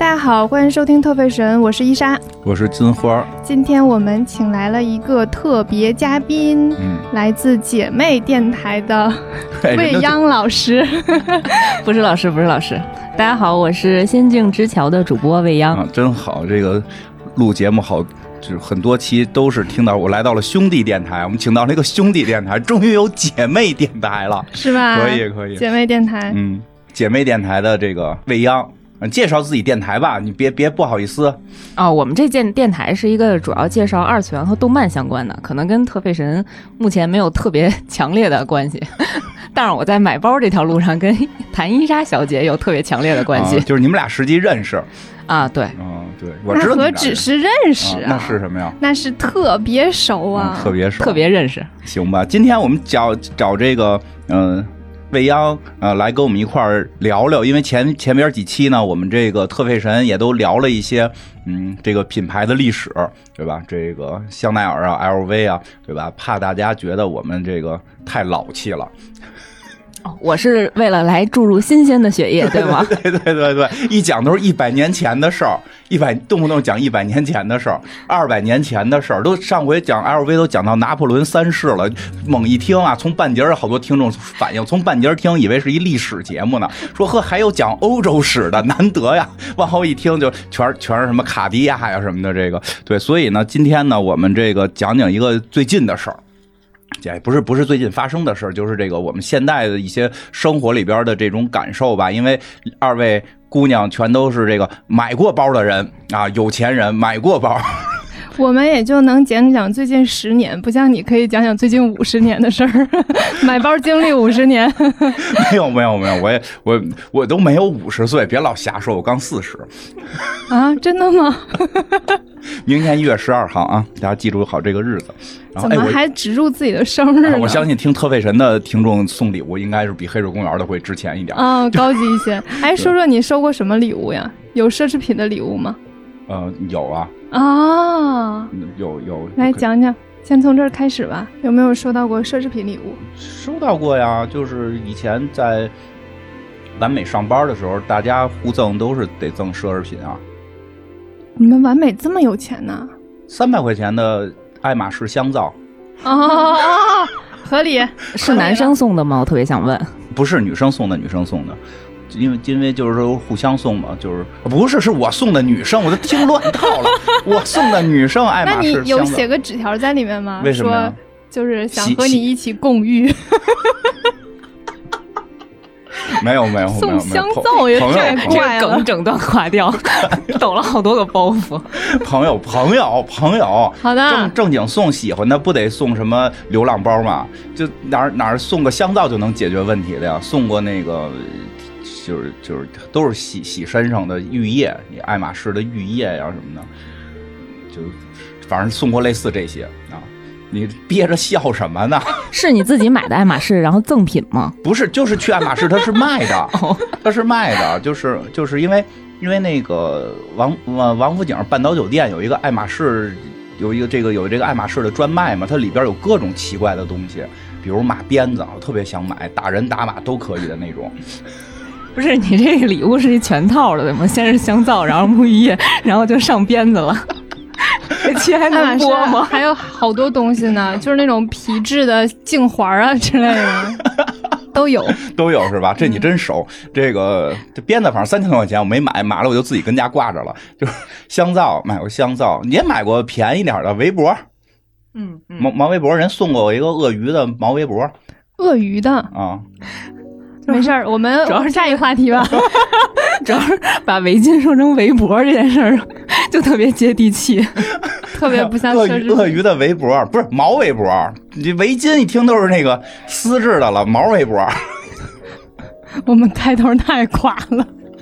家好，欢迎收听特费神，我是伊莎， 我是金花。 今天我们请来了一个特别嘉宾，来自姐妹电台的未央老师。 不是老师，大家好，我是仙境之桥的主播未央。 真好，这个录节目好，就是很多期都是听到我来到了兄弟电台，我们请到了一个兄弟电台，终于有姐妹电台了， 是吧？ 可以， 姐妹电台， 姐妹电台的这个未央。介绍自己电台吧，你别不好意思哦。我们这电台是一个主要介绍二次元和动漫相关的，可能跟特费神目前没有特别强烈的关系，但是我在买包这条路上跟谭伊莎小姐有特别强烈的关系， 就是你们俩实际认识啊？对， 对，我知道那何止是认识啊， 那是什么呀？ 那是特别熟啊， 特别熟， 特别认识。 行吧，今天我们找这个未央来跟我们一块儿聊聊，因为前边几期呢，我们这个特费神也都聊了一些这个品牌的历史，对吧？这个香奈儿啊 LV 啊，对吧？怕大家觉得我们这个太老气了。 我是为了来注入新鲜的血液，对吗？ 对，一讲都是100年前的事儿，动不动讲100年前的事儿，200年前的事儿，都上回讲 LV 都讲到拿破仑3世了，猛一听啊，从半截儿好多听众反映，从半截儿听以为是一历史节目呢，说还有讲欧洲史的，难得呀，往后一听就全是什么卡地亚呀什么的，这个对，所以呢，今天呢，我们这个讲一个最近的事儿。不是最近发生的事，就是这个我们现代的一些生活里边的这种感受吧。因为二位姑娘全都是这个买过包的人啊，有钱人买过包。 我们也就能讲讲最近10年，不像你可以讲讲最近50年的事儿。买包经历50年。 没有，我都没有50岁，别老瞎说，我刚40。 啊，真的吗？ 明天1月12号啊，大家记住好这个日子。 怎么还植入自己的生日呢？ 我相信听特费神的听众送礼物应该是比黑水公园的会值钱一点啊，高级一些。哎，说说你收过什么礼物呀？有奢侈品的礼物吗？ 有啊。 啊， 有， 来讲讲，先从这儿开始吧。有没有收到过奢侈品礼物？ 收到过呀，就是以前在完美上班的时候，大家互赠都是得赠奢侈品啊。 你们完美这么有钱呢 ？300块钱的爱马仕香皂。 哦，合理。 是男生送的吗？我特别想问。 不是女生送的。因为就是说互相送嘛，就是不是是我送的女生，我都听乱套了。我送的女生爱马仕香皂。 那你有写个纸条在里面吗？ 为什么呀？ 说就是想和你一起共浴。 没有送香皂也太怪了， 这个梗整段垮掉，抖了好多个包袱。 朋友， 好的， 正经送喜欢的不得送什么流浪包嘛？就哪儿送个香皂就能解决问题的呀？送过那个。就是都是洗身上的浴液，爱马仕的浴液呀什么的，就反正送过类似这些啊。你憋着笑什么呢？ 是你自己买的爱马仕然后赠品吗？ 不是，就是去爱马仕它是卖的，它是卖的，就是因为那个王府井半岛酒店有一个爱马仕，有这个爱马仕的专卖嘛，它里边有各种奇怪的东西，比如马鞭子，我特别想买，打人打马都可以的那种。 不是，你这个礼物是一全套的对吗？先是香皂，然后沐浴液，然后就上鞭子了。这期还能播吗？ 还有好多东西呢，就是那种皮质的颈环啊之类的，都有是吧？这你真熟。这鞭子反正3000多块钱，我没买了我就自己跟家挂着了。就是香皂，买过香皂，你也买过便宜点的围脖。毛围脖，人送过我一个鳄鱼的毛围脖。 鳄鱼的啊。 没事儿，我们主要是下一话题吧。 主要是把围巾说成围脖这件事儿，就特别接地气， 特别不像奢侈品。 鳄鱼的围脖不是毛围脖，你围巾一听都是那个丝质的了，毛围脖。 我们开头太垮了。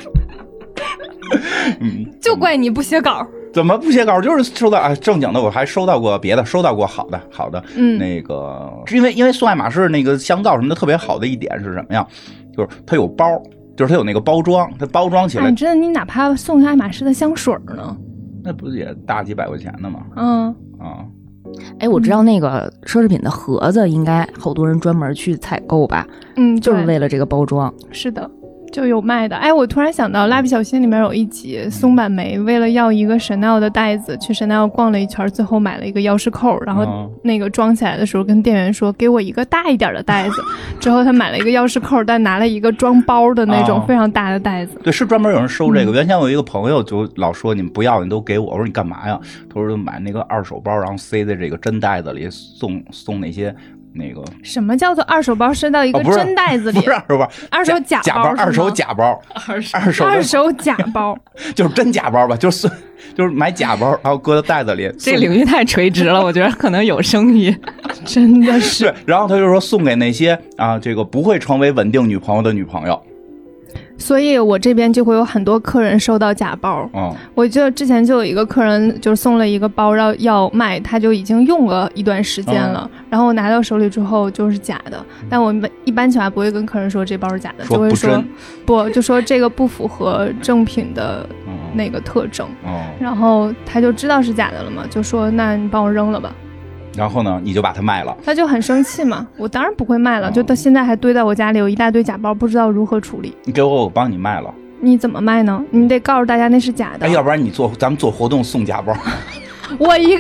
就怪你不写稿。 怎么不写稿？就是收到正经的，我还收到过别的，收到过好的。那个因为送爱马仕那个香皂什么的特别好的一点是什么呀？就是它有包，就是它有那个包装，它包装起来。 真的，你哪怕送爱马仕的香水呢， 那不是也大几百块钱的吗？ 哎，我知道那个奢侈品的盒子应该好多人专门去采购吧？ 嗯， 就是为了这个包装。 是的。 就有卖的。哎，我突然想到蜡笔小新里面有一集，松坂梅为了要一个 Chanel 的袋子去 Chanel 逛了一圈，最后买了一个钥匙扣，然后那个装起来的时候跟店员说给我一个大一点的袋子，之后他买了一个钥匙扣，但拿了一个装包的那种非常大的袋子。 对，是专门有人收这个。原先我有一个朋友就老说你们不要你都给我，我说你干嘛呀？他说买那个二手包，然后塞在这个真袋子里，送那些那个。 什么叫做二手包塞到一个真袋子里？ 不是二手包， 二手假包， 二手假包， 二手假包， 就是真假包吧，就是买假包，然后搁在袋子里。 这领域太垂直了，我觉得可能有生意， 真的是。 对，然后他就说送给那些这个不会成为稳定女朋友的女朋友。 所以我这边就会有很多客人收到假包。我就之前就有一个客人就是送了一个包要卖，他就已经用了一段时间了，然后我拿到手里之后就是假的。但我们一般情况下不会跟客人说这包是假的，就会说不，就说这个不符合正品的那个特征。然后他就知道是假的了嘛，就说那你帮我扔了吧。 然后呢，你就把它卖了， 他就很生气嘛。我当然不会卖了，就到现在还堆在我家里有一大堆假包，不知道如何处理。 你给我帮你卖了。 你怎么卖呢？你得告诉大家那是假的。 要不然咱们做活动送假包。 我一个，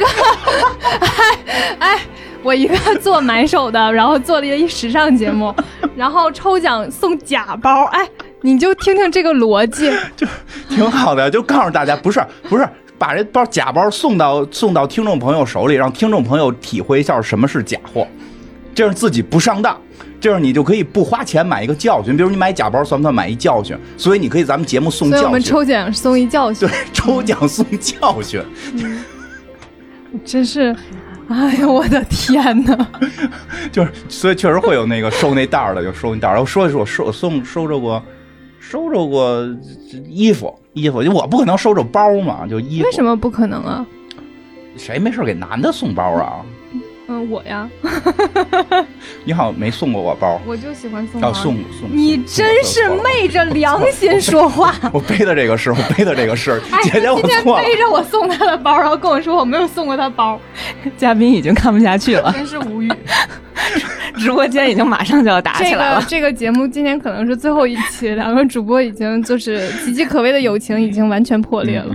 我一个做买手的，然后做了一时尚节目，然后抽奖送假包。你就听听这个逻辑， 就挺好的，就告诉大家，不是。把这包假包送到听众朋友手里，让听众朋友体会一下什么是假货，这样自己不上当，这样你就可以不花钱买一个教训。比如你买假包算不算买一教训？所以你可以咱们节目送教训， 所以我们抽奖送一教训。 对，抽奖送教训。 真是，哎呀，我的天哪！ 就是所以确实会有那个收那袋的，就收那袋。然后说一说，收着过衣服，就我不可能收着包嘛，就衣服。 为什么不可能啊？ 谁没事给男的送包啊？ 我呀。 你好像没送过我包。 我就喜欢送包。 送。 你真是昧着良心说话。 我背的这个是，姐姐我错了。 背着我送他的包，然后跟我说我没有送过他包。 嘉宾已经看不下去了， 真是无语。 直播间已经马上就要打起来了。 这个节目今天可能是最后一期，两个主播已经就是岌岌可危的友情已经完全破裂了。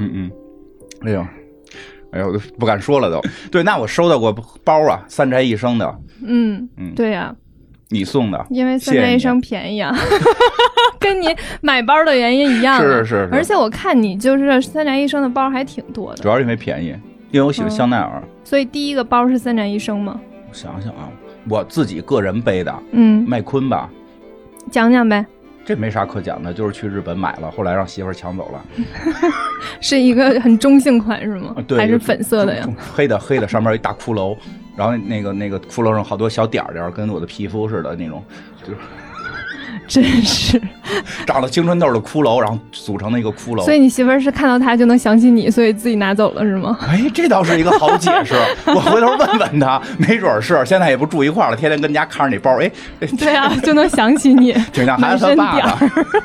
哎呦，不敢说了都。对，那我收到过包啊，三宅一生的。 对呀。 你送的， 因为三宅一生便宜啊，跟你买包的原因一样。 是。 而且我看你就是三宅一生的包还挺多的。 主要是因为便宜，因为我喜欢香奈儿。 所以第一个包是三宅一生吗？ 我想想啊，我自己个人背的，麦昆吧。 讲讲呗。 这没啥可讲的，就是去日本买了，后来让媳妇儿抢走了。 是一个很中性款是吗？ 对， 还是粉色的呀？ 黑的，上面有一大骷髅，然后那个骷髅上好多小点点，跟我的皮肤似的那种，就是。 真是长了青春痘的骷髅，然后组成的一个骷髅。 所以你媳妇儿是看到他就能想起你，所以自己拿走了是吗？ 这倒是一个好解释。我回头问问他，没准是。现在也不住一块了，天天跟家看着那包， 对啊，就能想起你， 挺像孩子他爸爸。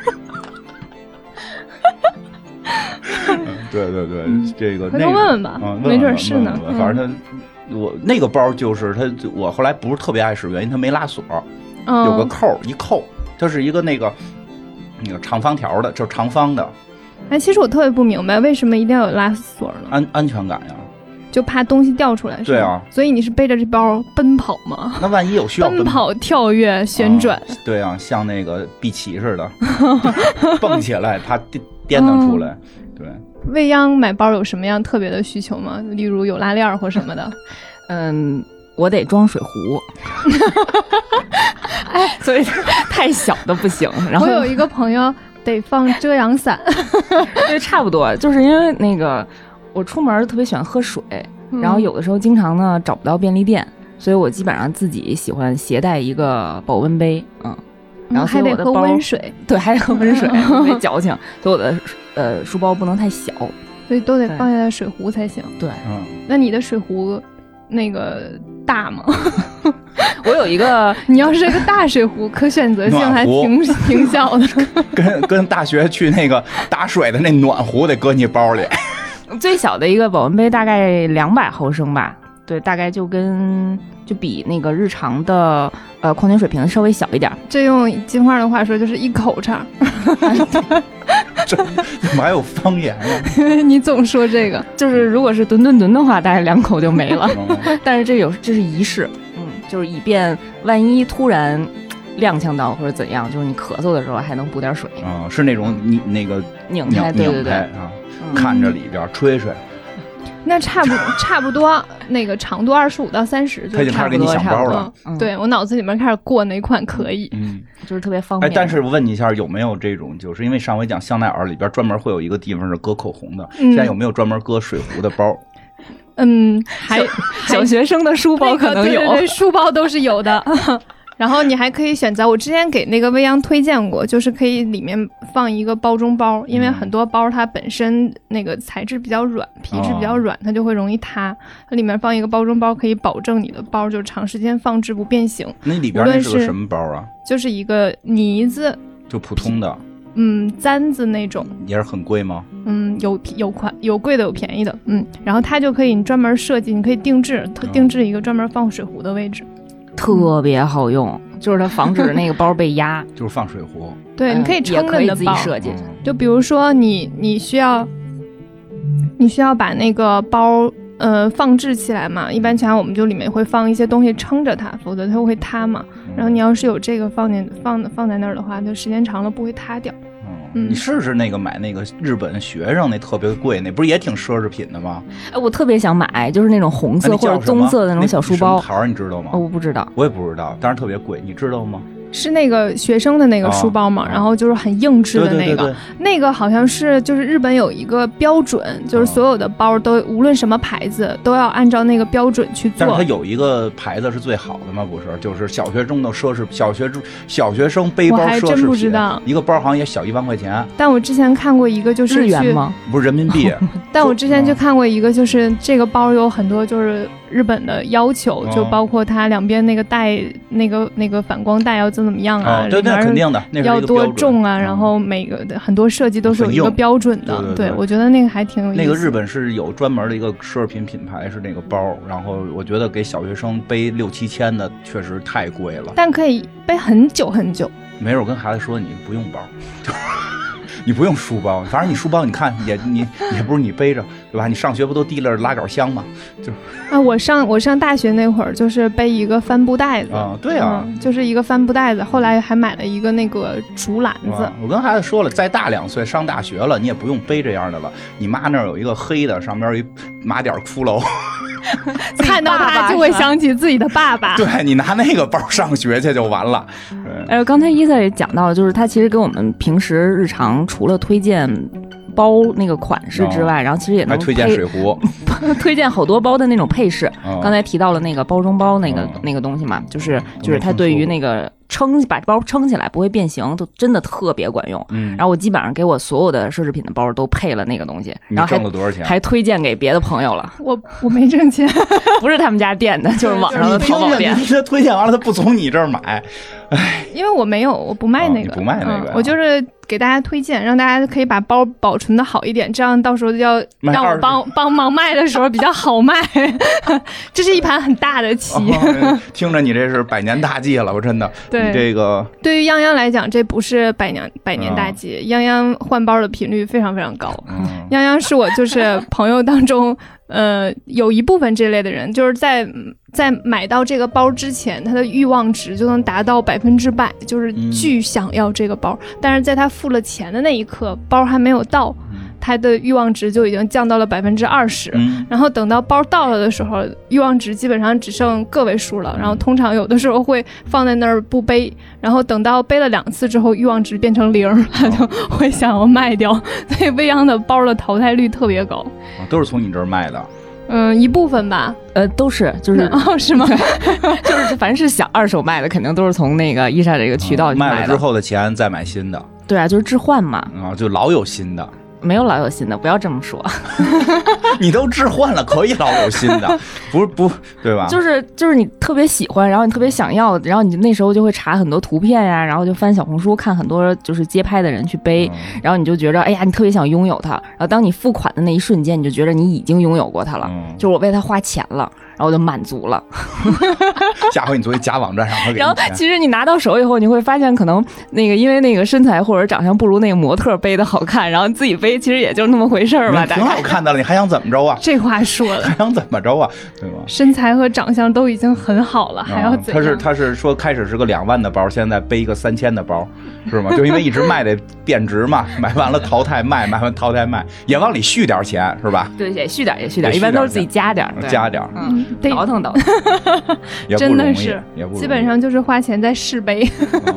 对，这个回头问问吧，没准是呢。 反正我那个包就是我后来不是特别爱使，原因它没拉锁，有个扣一扣。它是一个那个长方条的，就是长方的。 其实我特别不明白，为什么一定要有拉锁呢？ 安全感呀， 就怕东西掉出来。 对啊， 所以你是背着这包奔跑吗？ 那万一有需要奔跑、跳跃、旋转。 对啊，像那个碧琪似的，蹦起来，它颠腾出来。对。 未央买包有什么样特别的需求吗？例如有拉链或什么的？ 我得装水壶，所以太小的不行。然后我有一个朋友得放遮阳伞， 对，差不多，就是因为那个我出门特别喜欢喝水，然后有的时候经常呢找不到便利店，所以我基本上自己喜欢携带一个保温杯，然后还得喝温水， 对，还得喝温水，特别矫情，所以我的书包不能太小， 所以都得放下来水壶才行。 对， 那你的水壶那个大吗？ 我有一个， 你要是一个大水壶，可选择性还挺小的。 跟大学去那个打水的那暖壶得搁你包里。 最小的一个保温杯大概200毫升吧，对，大概就比那个日常的矿泉水瓶稍微小一点。 这用金花的话说就是一口肠。 这怎么还有方言呀？ 你总说这个， 就是如果是吨吨吨的话，大概2口就没了。但是这是仪式，就是以便万一突然踉跄到或者怎样，就是你咳嗽的时候还能补点水。 是那种你那个拧开，对对对啊， 看着里边吹吹。 那差不多那个长度25到30就他已经开始给你想包了。 对，我脑子里面开始过哪款可以， 就是特别方便。 但是我问你一下，有没有这种，就是因为上回讲香奈儿里边专门会有一个地方是搁口红的，现在有没有专门搁水壶的包？ 还小学生的书包可能有， 对，书包都是有的。然后你还可以选择，我之前给那个未央推荐过，就是可以里面放一个包中包，因为很多包它本身那个材质比较软，皮质比较软，它就会容易塌。它里面放一个包中包，可以保证你的包就长时间放置不变形。 那里边那是个什么包啊？ 就是一个呢子， 就普通的。 簪子那种。 也是很贵吗？ 有贵的有便宜的。然后它就可以你专门设计，你可以定制一个专门放水壶的位置。 特别好用，就是它防止那个包被压， 就是放水壶。 对，你可以撑着你的包， 自己设计。 就比如说你需要把那个包放置起来嘛，一般情况我们就里面会放一些东西撑着它，否则它会塌嘛。然后你要是有这个放在那儿的话，它时间长了不会塌掉。 你试试那个买那个日本学生那特别贵，那不是也挺奢侈品的吗？ 我特别想买，就是那种红色或者棕色的那种小书包。 牌你知道吗？ 我不知道， 我也不知道，但是特别贵，你知道吗？ 是那个学生的那个书包嘛，然后就是很硬质的那个， 对， 那个好像是就是日本有一个标准，就是所有的包都无论什么牌子都要按照那个标准去做。 但是它有一个牌子是最好的吗？不是，就是小学中的奢侈，小学生背包奢侈品， 我还真不知道， 一个包好像也小1万块钱。 但我之前看过一个就是日元吗？ 不是人民币。 但我之前就看过一个，就是这个包有很多就是日本的要求，就包括它两边那个带那个反光带要怎么样啊？ 对，那肯定的，那是要多重啊，然后每个很多设计都是有一个标准的。 对， 我觉得那个还挺有意思。 那个日本是有专门的一个奢侈品品牌是那个包，然后我觉得给小学生背6、7千的确实太贵了， 但可以背很久很久。 没准我跟孩子说你不用包。你不用书包，反正你书包你看也不是你背着，对吧？你上学不都提了拉杆箱吗？就啊，我上大学那会儿就是背一个帆布袋子啊，对啊， 就是一个帆布袋子。后来还买了一个那个竹篮子。 我跟孩子说了，再大2岁上大学了，你也不用背这样的了。你妈那儿有一个黑的，上边有一马点骷髅。 看到他就会想起自己的爸爸。 对，你拿那个包上学去就完了。 刚才伊赛也讲到了，就是他其实给我们平时日常除了推荐包那个款式之外，然后其实也能推荐水壶， 推荐好多包的那种配饰。刚才提到了那个包中包那个东西嘛，就是它对于那个把包撑起来不会变形，都真的特别管用。然后我基本上给我所有的奢侈品的包都配了那个东西，然后挣了多少钱？ 还推荐给别的朋友了。 我没挣钱， 不是他们家店的，就是网上的淘宝店。 你这推荐完了，他不从你这儿买， 因为我不卖那个， 不卖那个， 我就是给大家推荐，让大家可以把包保存的好一点，这样到时候要让我帮忙卖的时候比较好卖。这是一盘很大的棋。 听着你这是100年大计了，我真的。 对， 这个对于泱泱来讲，这不是百年大计，泱泱换包的频率非常非常高。泱泱是我就是朋友当中，有一部分这类的人，就是在买到这个包之前，他的欲望值就能达到100%，就是巨想要这个包，但是在他付了钱的那一刻，包还没有到。他的欲望值就已经降到了20%，然后等到包到了的时候，欲望值基本上只剩个位数了。然后通常有的时候会放在那儿不背，然后等到背了2次之后，欲望值变成0，他就会想要卖掉。所以未央的包的淘汰率特别高。 都是从你这儿卖的？ 一部分吧。 都是就是是吗？ 就是凡是想二手卖的，肯定都是从那个伊莎这个渠道卖了之后的钱再买新的。 对啊，就是置换嘛。 就老有新的。 没有老有新的，不要这么说。 你都置换了，可以老有新的，不，对吧？ 就是你特别喜欢，然后你特别想要，然后你那时候就会查很多图片呀，然后就翻小红书看很多就是街拍的人去背，然后你就觉得哎呀，你特别想拥有它。然后当你付款的那一瞬间，你就觉得你已经拥有过它了，就是我为它花钱了。然后我就满足了。 下回你作为假网站上， 然后其实你拿到手以后，你会发现可能那个因为那个身材或者长相不如那个模特背的好看，然后自己背其实也就那么回事儿吧， 挺好看的了，你还想怎么着啊？ 这话说了， 还想怎么着啊？对吧？ 身材和长相都已经很好了，还要怎样？ 他是说开始是个2万的包，现在背一个3000的包，是吗？就因为一直卖得贬值嘛，买完了淘汰卖，买完淘汰卖，也往里续点钱，是吧？ 对，也续点，一般都是自己加点， 加点， 倒腾倒腾， 真的是，基本上就是花钱在试背。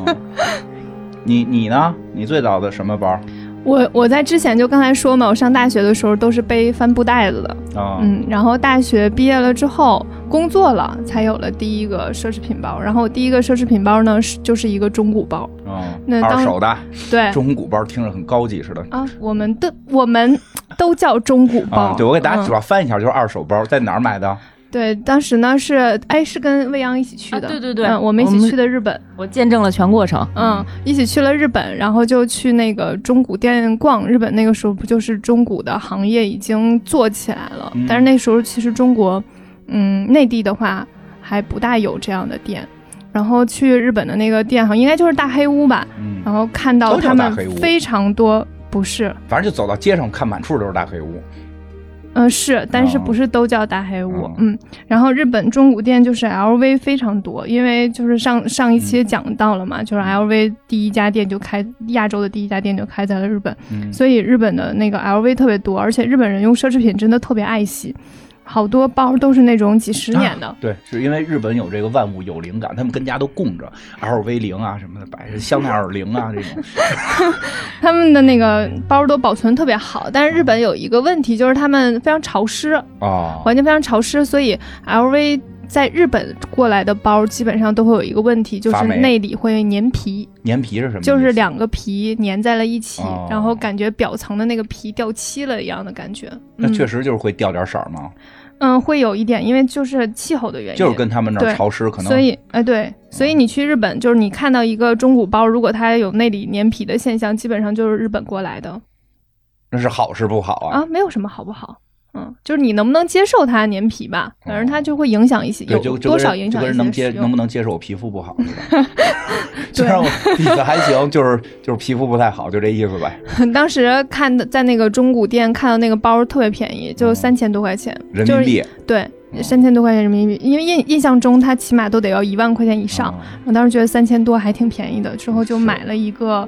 你呢？你最早的什么包？ 我在之前就刚才说嘛，我上大学的时候都是背帆布袋子的，然后大学毕业了之后工作了，才有了第一个奢侈品包。然后我第一个奢侈品包呢就是一个中古包， 那二手的， 对， 中古包听着很高级似的啊。我们都叫中古包， 对，我给大家主要翻一下，就是二手包，在哪儿买的？ 对，当时呢是跟未央一起去的， 对， 我们一起去的日本， 我见证了全过程， 一起去了日本，然后就去那个中古店逛。日本那个时候不就是中古的行业已经做起来了，但是那时候其实中国，内地的话还不大有这样的店。然后去日本的那个店，好像应该就是大黑屋吧，然后看到他们非常多，不是， 反正就走到街上看满处都是大黑屋。 是，但是不是都叫大黑屋，然后日本中古店就是 LV 非常多，因为就是上一期讲到了嘛，就是 LV 第一家店就亚洲的第一家店就开在了日本，所以日本的那个 LV 特别多，而且日本人用奢侈品真的特别爱惜。好多包都是那种几十年的， 对，是因为日本有这个万物有灵感，他们跟家都供着 LV 0啊什么的，摆着香奈儿0啊这种， 他们的那个包都保存特别好。但是日本有一个问题，就是他们非常潮湿环境非常潮湿，所以 LV 在日本过来的包基本上都会有一个问题，就是内里会粘皮。 粘皮是什么意思？ 就是2个皮粘在了一起，然后感觉表层的那个皮掉漆了一样的感觉。 那确实就是会掉点色吗？ 会有一点，因为就是气候的原因， 就是跟他们那儿潮湿可能。 所以对，所以你去日本，就是你看到一个中古包，如果它有内里粘皮的现象，基本上就是日本过来的。 那是好是不好啊？ 没有什么好不好。就是你能不能接受它粘皮吧，反正它就会影响一些，有多少影响一些。 能不能接受我皮肤不好？虽然我底子还行，就是皮肤不太好，就这意思呗。 当时在那个中古店看到那个包特别便宜，就3000多块钱人民币。 对，3000多块钱人民币，因为印象中它起码都得要1万块钱以上。我当时觉得3000多还挺便宜的，之后就买了一个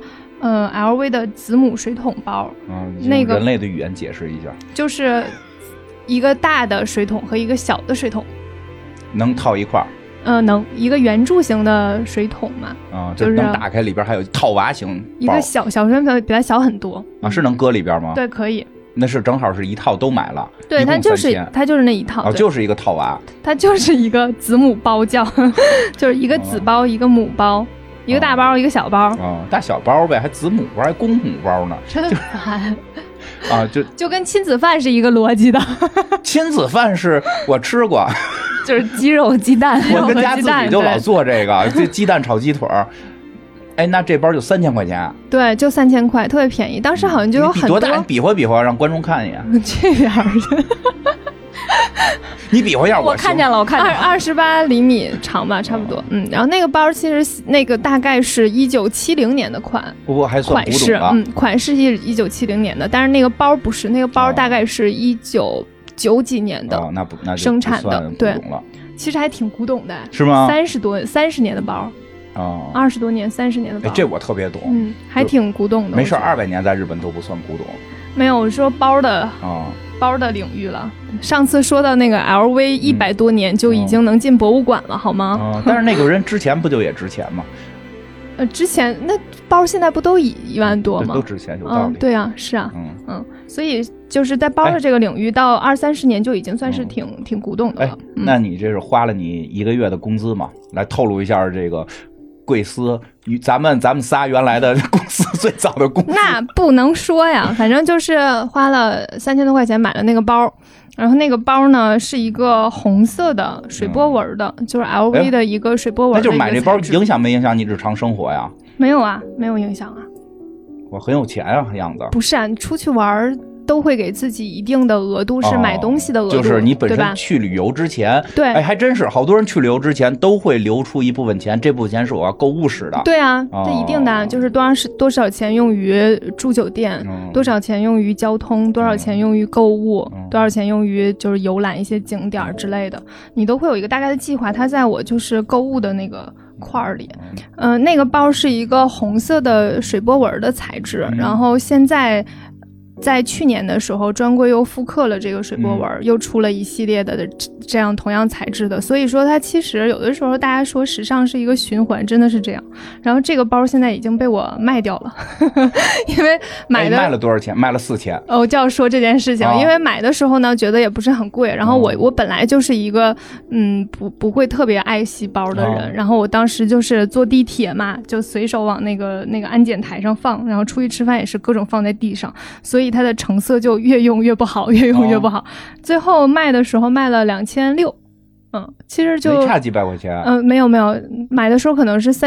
LV 的子母水桶包。那个人类的语言解释一下， 就是一个大的水桶和一个小的水桶， 能套一块儿。 能一个圆柱形的水桶嘛， 就是能打开，里边还有套娃型， 一个小水桶比它小很多是能搁里边吗？ 对，可以。 那是正好是一套都买了， 对，它就是那一套， 就是一个套娃， 它就是一个子母包就是一个子包，一个母包，一个大包，一个小包， 大小包呗，还子母包，还公母包呢， 真烦。就跟亲子饭是一个逻辑的。 亲子饭是我吃过， 就是鸡肉鸡蛋， 我跟家自己就老做这个，就鸡蛋炒鸡腿儿。那这包就3000块钱。 对，就3000块，特别便宜。当时好像就有很多。 多大？你比划比划，让观众看一眼。 这边去。 你比划一下， 我看见了，我看见了 ，28厘米长吧，差不多。然后那个包其实那个大概是1970年的款， 不过还算款式，款式是1970年的，但是那个包不是，那个包大概是1990几年的， 那生产的，对，其实还挺古董的， 是吗 ？30年的包。20多年、30年的包， 这我特别懂， 还挺古董的。 没事，200年在日本都不算古董。 没有，我说包的领域了。上次说到那个 LV 100多年就已经能进博物馆了，好吗？ 但是那个人之前不就也值钱吗？ 之前那包现在不都1万多吗？ 都值钱，有道理。 对啊，是啊，所以就是在包的这个领域，到20-30年就已经算是挺古董的了。 那你这是花了你1个月的工资吗？来透露一下这个贵司与咱们仨原来的公司最早的公司。 那不能说呀，反正就是花了3000多块钱买了那个包。然后那个包呢是一个红色的水波纹的，就是 LV 的一个水波纹的一个材质。 那就买这包影响没影响你日常生活呀？ 没有啊，没有影响啊。 我很有钱啊，样子。 不是啊，你出去玩都会给自己一定的额度，是买东西的额度， 就是你本身去旅游之前， 对， 哎，还真是好多人去旅游之前都会留出一部分钱，这部分钱是我要购物使的。 对啊，这一定的，就是多少钱用于住酒店，多少钱用于交通，多少钱用于购物，多少钱用于就是游览一些景点之类的，你都会有一个大概的计划。它在我就是购物的那个块里，那个包是一个红色的水波纹的材质，然后现在。在去年的时候，专柜又复刻了这个水波纹，又出了一系列的这样同样材质的，所以说它其实有的时候大家说时尚是一个循环，真的是这样。然后这个包现在已经被我卖掉了，因为卖了多少钱？卖了4000。 哦，就要说这件事情，因为买的时候呢，觉得也不是很贵。然后我本来就是一个不会特别爱惜包的人，然后我当时就是坐地铁嘛，就随手往那个安检台上放，然后出去吃饭也是各种放在地上，所以它的成色就越用越不好，越用越不好。最后卖的时候卖了2600，其实就没差几百块钱。 没有，买的时候可能是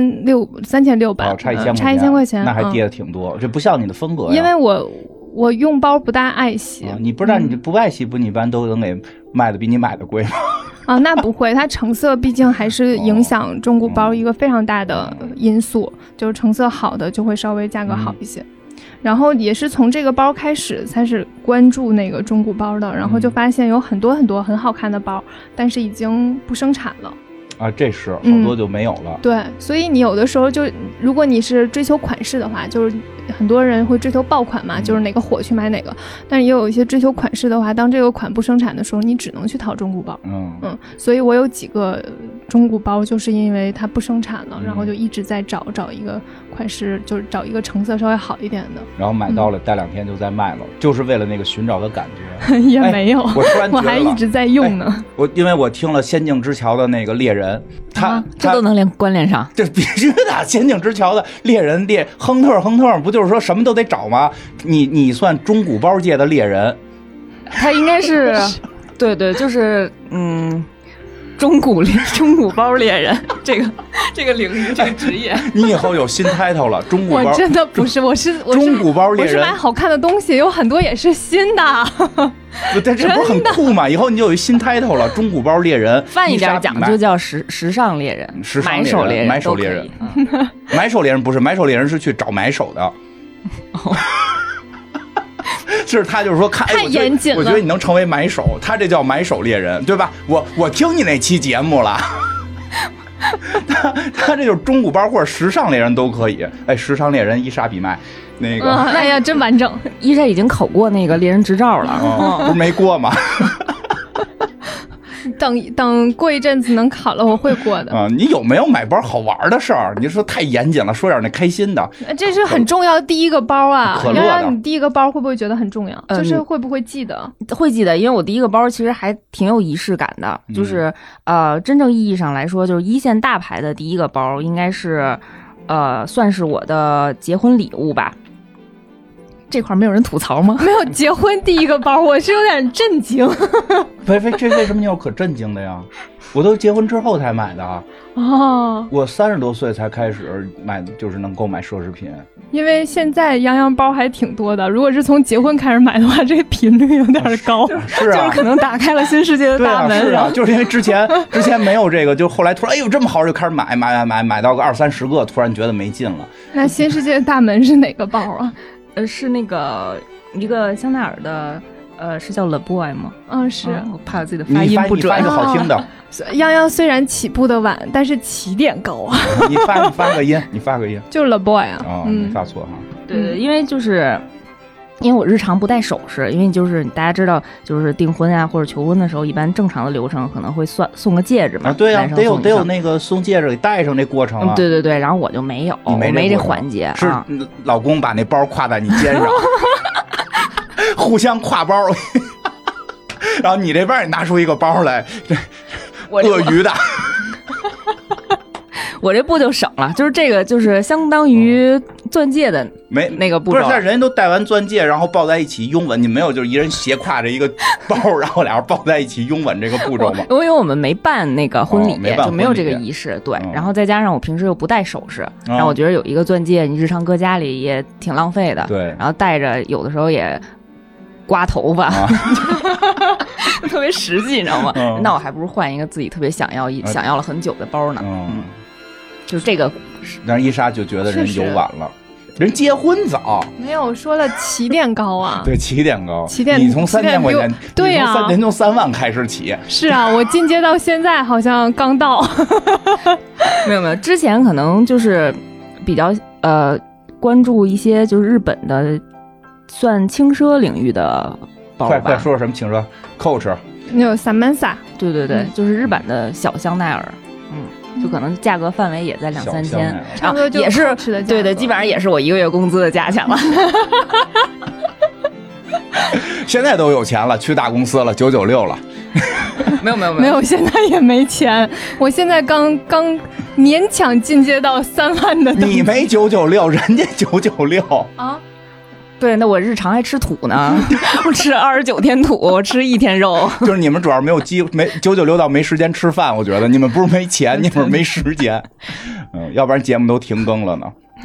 3600， 差 1000块钱， 那还跌的挺多，这不像你的风格呀。 因为我用包不大爱惜， 你不但你不爱惜，你一般都能给卖的比你买的贵吗？ 那不会，它成色毕竟还是影响中古包一个非常大的因素，就是成色好的就会稍微价格好一些。然后也是从这个包开始关注那个中古包的，然后就发现有很多很多很好看的包，但是已经不生产了。 这是好多就没有了。 对，所以你有的时候就，如果你是追求款式的话，就是很多人会追求爆款嘛，就是哪个火去买哪个。但是也有一些追求款式的话，当这个款不生产的时候，你只能去淘中古包。所以我有几个中古包，就是因为它不生产了，然后就一直在找一个款式，就是找一个成色稍微好一点的。 然后买到了，待2天就再卖了，就是为了那个寻找的感觉。 也没有， 我突然觉得我还一直在用呢。 因为我听了《仙境之桥》的那个猎人。 这都能关联上， 这必须的。仙境之桥的猎人亨特，不就是说什么都得找吗？你算中古包界的猎人， 他应该是，对，就是中古包猎人这个领域这个职业， 你以后有新 title 了。中古包， 我真的不是，我是中古包猎人， 我是买好看的东西，有很多也是新的。 这不是很酷吗？以后你就有一新 title 了，中古包猎人。 泛一点讲就叫时尚猎人，买手猎人， 买手猎人，买手猎人不是买手猎人是去找买手的。是他就是说太严谨了， 我觉得你能成为买手，他这叫买手猎人，对吧？我听你那期节目了。他这就是中古包或者时尚猎人都可以。时尚猎人伊莎比麦那个， 哎呀，真完整。 伊莎已经考过那个猎人执照了， 不是没过吗？ 等过一阵子能考了，我会过的。 你有没有买包好玩的事儿？你说太严谨了，说点那开心的。 这是很重要的第一个包啊！ 可乐的， 你第一个包会不会觉得很重要？就是会不会记得？ 会记得，因为我第一个包其实还挺有仪式感的。就是真正意义上来说，就是一线大牌的第一个包，应该是算是我的结婚礼物吧。这块没有人吐槽吗？ 没有结婚第一个包，我是有点震惊。 这为什么你有可震惊的呀？我都结婚之后才买的啊。我30多岁才开始买，就是能购买奢侈品。 因为现在洋包还挺多的，如果是从结婚开始买的话，这个频率有点高。 是啊， 就是可能打开了新世界的大门。 是啊，就是因为之前没有这个，就后来突然这么好，就开始买到个20-30个，突然觉得没劲了。 那新世界的大门是哪个包啊？ 是那个一个香奈儿的，是叫 Le Boy 吗？ 是。 我怕我自己的发音不准。 你发一个好听的。 泱虽然起步的晚，但是起点高啊。 你发个音， 就是 Le Boy 啊。 没发错哈。 对，因为我日常不戴首饰，因为就是大家知道，就是订婚啊或者求婚的时候，一般正常的流程可能会送个戒指嘛。 对啊，得有那个送戒指给戴上这过程啊。 对，然后我就没有，我没这环节。 是老公把那包挎在你肩上，互相挎包，然后你这边也拿出一个包来，鳄鱼的。 我这步就省了，就是这个就是相当于钻戒的那个步骤。 不是，人家都戴完钻戒，然后抱在一起拥吻，你没有就是一人斜挎着一个包，然后俩人抱在一起拥吻这个步骤吗？ 因为我们没办那个婚礼，就没有这个仪式。对，然后再加上我平时又不戴首饰，然后我觉得有一个钻戒，你日常搁家里也挺浪费的。 对， 然后戴着有的时候也刮头发，特别实际，你知道吗？那我还不如换一个自己特别想要了很久的包呢。就是这个， 但是伊莎就觉得人有晚了。人结婚早， 没有说了起点高啊。 对，起点高， 你从3000块钱， 对呀， 人从3万开始起。 是啊，我进阶到现在好像刚到。 没有，之前可能就是比较关注一些就是日本的算轻奢领域的包吧。 快说什么轻奢 ？Coach， 那有Samansa， 对，就是日本的小香奈儿。就可能价格范围也在2-3千， 差不多也是对的，基本上也是我1个月工资的价钱了。 现在都有钱了，去大公司了，996了。 没有， 现在也没钱。我现在刚勉强进阶到3万的。 你没996，人家996 啊。 对，那我日常还吃土呢，我吃29天土，我吃1天肉。 就是你们主要没996到没时间吃饭，我觉得你们不是没钱，你们没时间。要不然节目都停更了呢。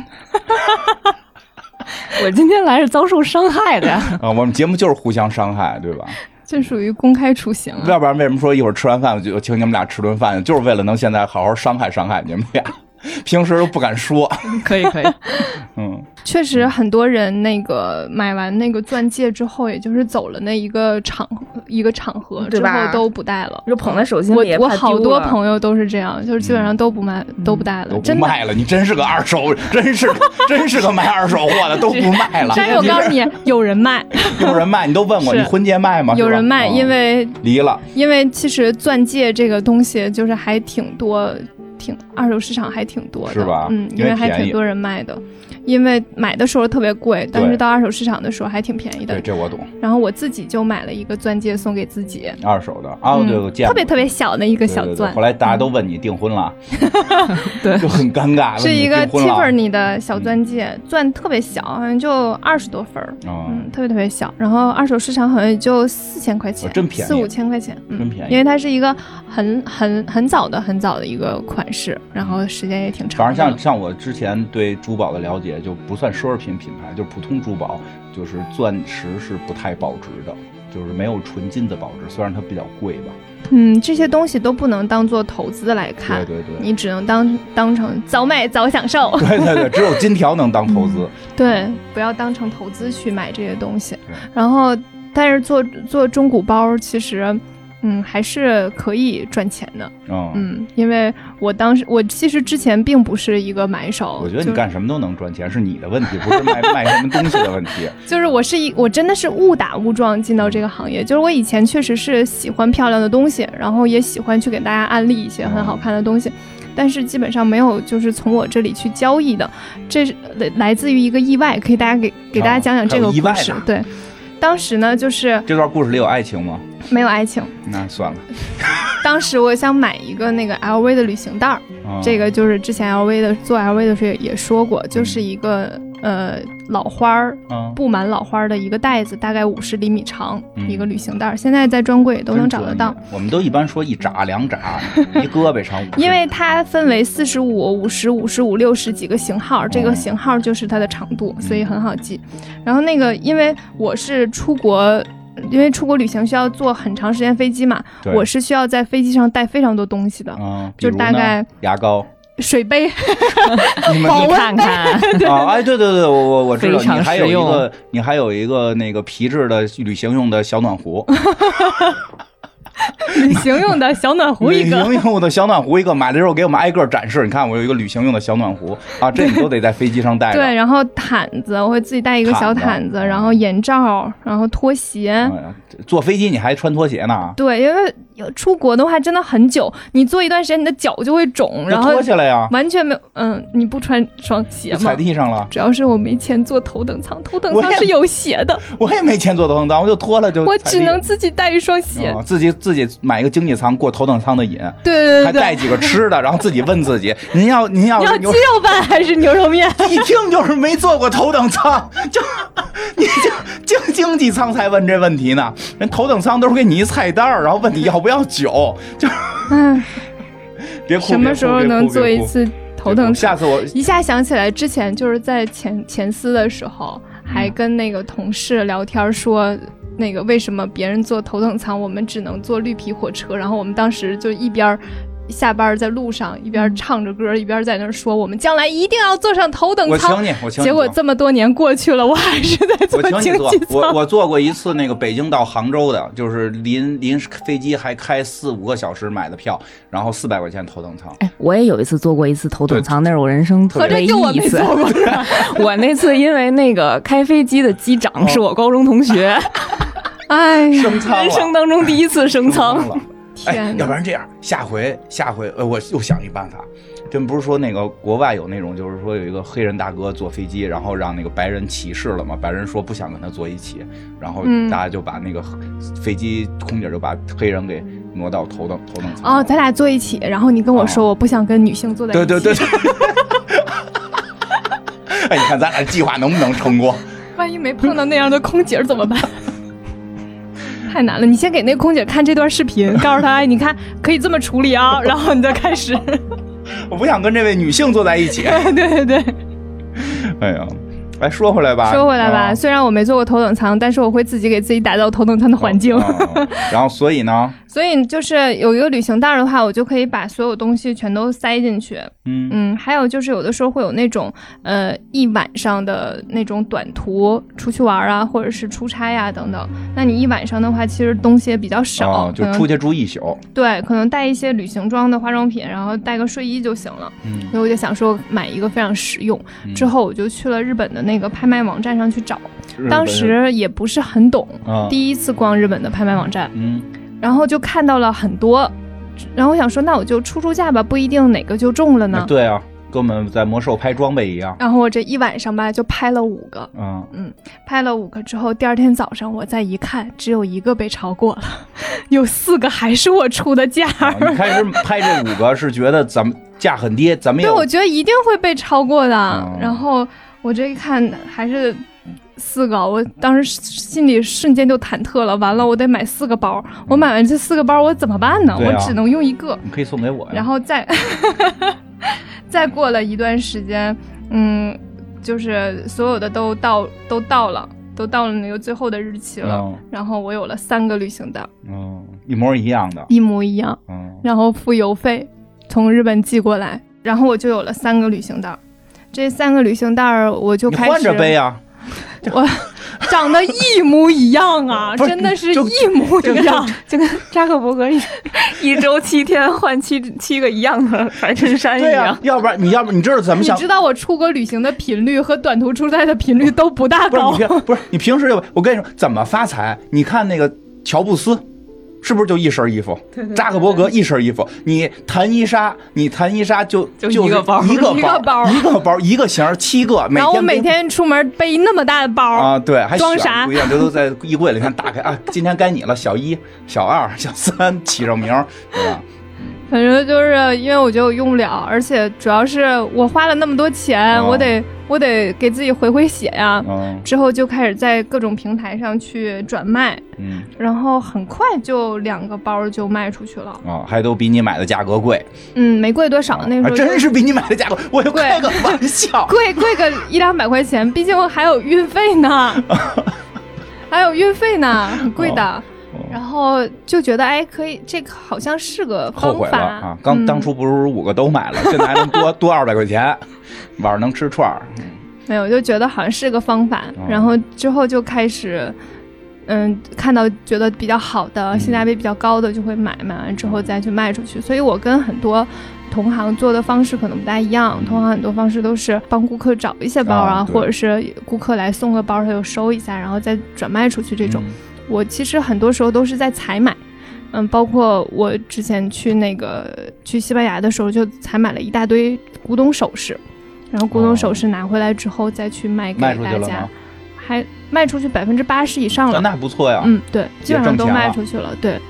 我今天来是遭受伤害的呀。 我们节目就是互相伤害，对吧？ 这属于公开处刑。 要不然为什么说一会儿吃完饭我就请你们俩吃顿饭，就是为了能现在好好伤害你们俩。平时都不敢说。 可以确实很多人那个买完那个钻戒之后，也就是走了那一个场合之后都不戴了， 就捧在手心里。 我好多朋友都是这样，就是基本上都不卖，都不戴了， 都不卖了。你真是个二手，真是个卖二手货的，都不卖了。 但是我告诉你，有人卖， 你都问我，你婚戒卖吗？ 有人卖，因为离了。 因为其实钻戒这个东西就是还挺多。二手市场还挺多的， 是吧？ 因为还挺多人卖的，因为买的时候特别贵，但是到二手市场的时候还挺便宜的。 对，这我懂。 然后我自己就买了一个钻戒送给自己， 二手的啊，对，我见过， 特别特别小的一个小钻。 对，后来大家都问你订婚了， 对， 就很尴尬。 是一个 Tiffany 的小钻戒，钻特别小，好像就20多分，特别特别小。然后二手市场好像也就4000块钱， 真便宜 ，4-5千块钱， 真便宜。 因为它是一个很早的一个款式，然后时间也挺长。 反正像我之前对珠宝的了解，就不算奢侈品品牌，就是普通珠宝，就是钻石是不太保值的，就是没有纯金的保值，虽然它比较贵吧。 这些东西都不能当做投资来看， 对， 你只能当成早买早享受。 对，只有金条能当投资。 对，不要当成投资去买这些东西。然后，但是做中古包其实。还是可以赚钱的。因为我其实之前并不是一个买手。 我觉得你干什么都能赚钱，是你的问题，不是卖什么东西的问题。 就是我真的是误打误撞进到这个行业。就是我以前确实是喜欢漂亮的东西，然后也喜欢去给大家安利一些很好看的东西，但是基本上没有就是从我这里去交易的。这是来自于一个意外，可以大家给大家讲讲这个故事。对，当时呢就是这段故事里有爱情吗？ 没有爱情， 那算了。 当时我想买一个那个 LV 的旅行袋，这个就是之前做 LV 的时候也说过，就是一个老花布满老花的一个袋子，大概50厘米长，一个旅行袋，现在在专柜都能找得到。 我们都一般说1拃2拃，一胳膊长50。 因为它分为45、50、55、60几个型号，这个型号就是它的长度，所以很好记。然后那个因为我是出国旅行需要坐很长时间飞机嘛，我是需要在飞机上带非常多东西的，就大概牙膏、 水杯， 你看看啊！哎，对，我知道，你还有一个那个皮质的旅行用的小暖壶。 旅行用的小暖壶一个， 旅行用的小暖壶一个，买的时候给我们挨个展示。你看，我有一个旅行用的小暖壶啊，这你都得在飞机上带着。 对，然后毯子，我会自己带一个小毯子，然后眼罩，然后拖鞋。 坐飞机你还穿拖鞋呢？ 对，因为出国的话真的很久，你坐一段时间，你的脚就会肿，然后脱下来呀， 完全没有。你不穿双鞋吗？ 踩地上了。 主要是我没钱坐头等舱，头等舱是有鞋的。 我也没钱坐头等舱，我就脱了就。 我只能自己带一双鞋， 自己己买一个经济舱过头等舱的瘾， 对， 还带几个吃的，然后自己问自己，您要鸡肉饭还是牛肉面？ 一听就是没坐过头等舱，你经济舱才问这问题呢，人头等舱都是给你一菜单，然后问你要不要酒，就别哭， 什么时候能做一次头等舱？ 下次我一下想起来之前就是在前司的时候，还跟那个同事聊天说。那个为什么别人坐头等舱，我们只能坐绿皮火车？然后我们当时就一边下班在路上，一边唱着歌，一边在那说我们将来一定要坐上头等舱。 我请你。 结果这么多年过去了，我还是在坐经济舱。 我坐过一次那个北京到杭州的，就是临飞机还开4-5个小时买的票，然后400块钱头等舱。 哎，我也有一次坐过一次头等舱，那是我人生唯一一次。我那次因为那个开飞机的机长是我高中同学。 哎， 升舱了， 人生当中第一次升舱了。哎，要不然这样，下回我又想一办法。真不是说那个国外有那种，就是说有一个黑人大哥坐飞机，然后让那个白人歧视了嘛，白人说不想跟他坐一起，然后大家就把那个飞机空姐就把黑人给挪到头等舱。 哦，咱俩坐一起，然后你跟我说我不想跟女性坐在一起。 对。哎，你看咱俩计划能不能成功？ 万一没碰到那样的空姐怎么办？太难了，你先给那个空姐看这段视频，告诉她，哎，你看可以这么处理啊，然后你再开始。 我不想跟这位女性坐在一起。 对。 哎呀，来说回来吧， 虽然我没坐过头等舱，但是我会自己给自己打造头等舱的环境。 然后所以呢？ 所以就是有一个旅行袋的话，我就可以把所有东西全都塞进去。还有就是有的时候会有那种一晚上的那种短途出去玩啊，或者是出差啊等等。那你一晚上的话，其实东西也比较少， 就出去住一宿。 对，可能带一些旅行装的化妆品，然后带个睡衣就行了。所以我就想说买一个非常实用。之后我就去了日本的那个拍卖网站上去找，当时也不是很懂，第一次逛日本的拍卖网站。然后就看到了很多，然后我想说那我就出价吧，不一定哪个就中了呢。 对啊，跟我们在魔兽拍装备一样。 然后我这一晚上吧就拍了5个。拍了5个之后，第二天早上我再一看，只有1个被超过了，有4个还是我出的价。 你开始拍这5个是觉得咱们价很低，咱们对，我觉得一定会被超过的。然后我这一看还是4个，我当时心里瞬间就忐忑了。完了，我得买4个包。我买完这4个包，我怎么办呢？我只能用1个。 你可以送给我呀。 然后再过了一段时间，就是所有的都到了那个最后的日期了。然后我有了3个旅行袋。 一模一样的。 一模一样。然后付邮费，从日本寄过来，然后我就有了3个旅行袋。这3个旅行袋我就开始。你换着背啊。 我长得一模一样啊，真的是一模一样， 就跟扎克伯格一周7天换七个一样的白衬衫一样。对啊， 要不然你知道怎么想？ 你知道我出国旅行的频率和短途出差的频率都不大高。 不是你平时我跟你说怎么发财？你看那个乔布斯。是不是就一身衣服？ 对， 扎克伯格一身衣服。你弹伊莎就一个包， 一个包，一个型7个。 然后我每天出门背那么大的包啊，对，还装啥不一样，这都在衣柜里看打开啊，今天该你了，小1、小2、小3起上名，对吧？ 反正就是因为我觉得我用不了，而且主要是我花了那么多钱，我得给自己回血呀。之后就开始在各种平台上去转卖，然后很快就2个包就卖出去了。 还都比你买的价格贵。 没贵多少，那时候真是比你买的价格，我就开个玩笑， 贵个100-200块钱，毕竟还有运费呢，很贵的。然后就觉得哎，可以，这个好像是个方法。 后悔了啊！当初不如5个都买了，现在还能多200块钱，晚上能吃串儿。 没有，就觉得好像是个方法。然后之后就开始，看到觉得比较好的、性价比比较高的就会买完之后再去卖出去。所以我跟很多同行做的方式可能不大一样，同行很多方式都是帮顾客找一些包啊，或者是顾客来送个包，他就收一下，然后再转卖出去这种。我其实很多时候都是在采买，包括我之前去西班牙的时候就采买了一大堆古董首饰，然后古董首饰拿回来之后再去卖给大家，还卖出去80%以上了。 那不错呀。 对，基本上都卖出去了。对，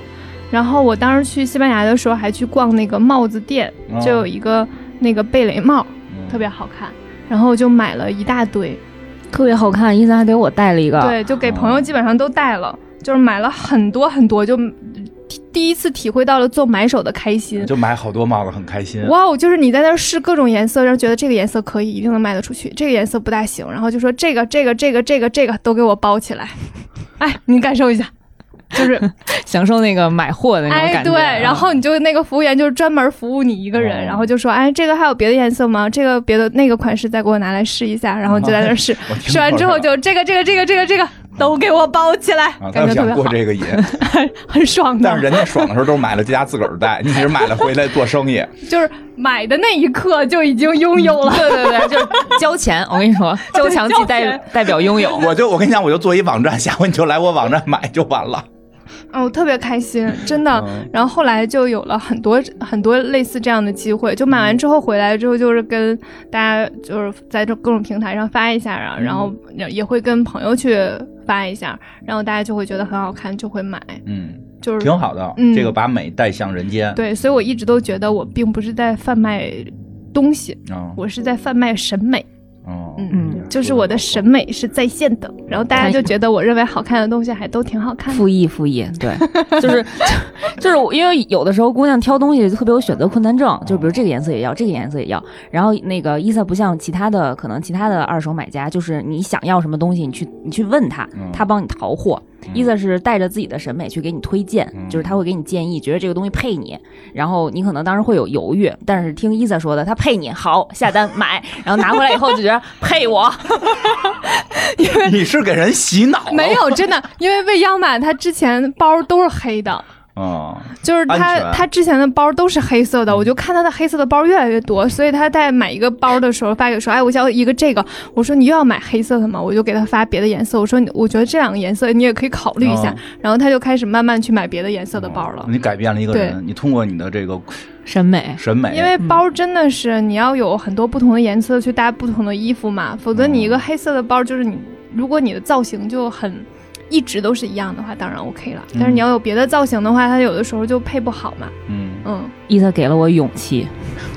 然后我当时去西班牙的时候还去逛那个帽子店，就有一个那个贝雷帽，特别好看，然后就买了一大堆， 特别好看。伊森还给我带了一个， 对，就给朋友基本上都带了，就是买了很多很多，就第一次体会到了做买手的开心， 就买好多帽子很开心。 哇哦，就是你在那儿试各种颜色，然后觉得这个颜色可以，一定能卖得出去，这个颜色不大行，然后就说这个都给我包起来。哎，你感受一下。就是享受那个买货的那种感觉， 对，然后你就那个服务员就是专门服务你一个人，然后就说，哎，这个还有别的颜色吗？这个别的那个款式再给我拿来试一下，然后就在那试，试完之后就这个都给我包起来，感觉特别好。 过这个瘾， 很爽的。 但是人家爽的时候都是买了家自个儿带，你是买了回来做生意， 就是买的那一刻就已经拥有了。 对，就是交钱。我跟你说，交强即代表拥有。 我跟你讲，我就做一网站，下回你就来我网站买就完了。 我特别开心，真的。然后后来就有了很多很多类似这样的机会，就买完之后回来之后，就是跟大家就是在这各种平台上发一下，然后也会跟朋友去发一下，然后大家就会觉得很好看，就会买。就是挺好的。这个把美带向人间。 对，所以我一直都觉得我并不是在贩卖东西，我是在贩卖审美。就是我的审美是在线的，然后大家就觉得我认为好看的东西还都挺好看的。 复议，对，就是因为有的时候姑娘挑东西就特别有选择困难症，就比如这个颜色也要，这个颜色也要，然后那个伊萨不像其他的二手买家，就是你想要什么东西，你去问他，他帮你淘货。伊萨是带着自己的审美去给你推荐，就是他会给你建议，觉得这个东西配你，然后你可能当时会有犹豫，但是听伊萨说的，他配你，好，下单买，然后拿回来以后就觉得配我。 因为你是给人洗脑？ 没有，真的，因为未央版他之前包都是黑的。就是他之前的包都是黑色的，我就看他的黑色的包越来越多，所以他在买一个包的时候发给我说，哎，我想要一个这个，我说你又要买黑色的吗？我就给他发别的颜色，我说我觉得这两个颜色你也可以考虑一下，然后他就开始慢慢去买别的颜色的包了。 你改变了一个人，你通过你的这个审美， 因为包真的是你要有很多不同的颜色去搭不同的衣服嘛，否则你一个黑色的包就是如果你的造型就很一直都是一样的话，当然 OK 了。但是你要有别的造型的话，它有的时候就配不好嘛。 伊萨给了我勇气。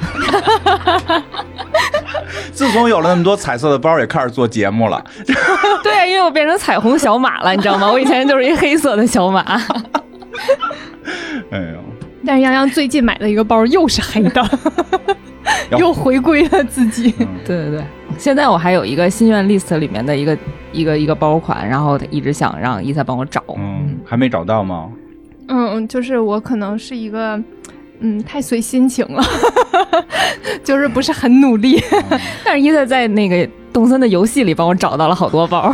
自从有了那么多彩色的包，也开始做节目了。 对，因为我变成彩虹小马了，你知道吗？我以前就是一黑色的小马。 哎呦！ 但是洋洋最近买了一个包，又是黑的。又回归了自己。 对，现在我还有一个心愿 list 里面的一个包款，然后一直想让伊萨帮我找。 还没找到吗？ 就是我可能是一个太随心情了。就是不是很努力。 但是伊萨在那个动森的游戏里帮我找到了好多包。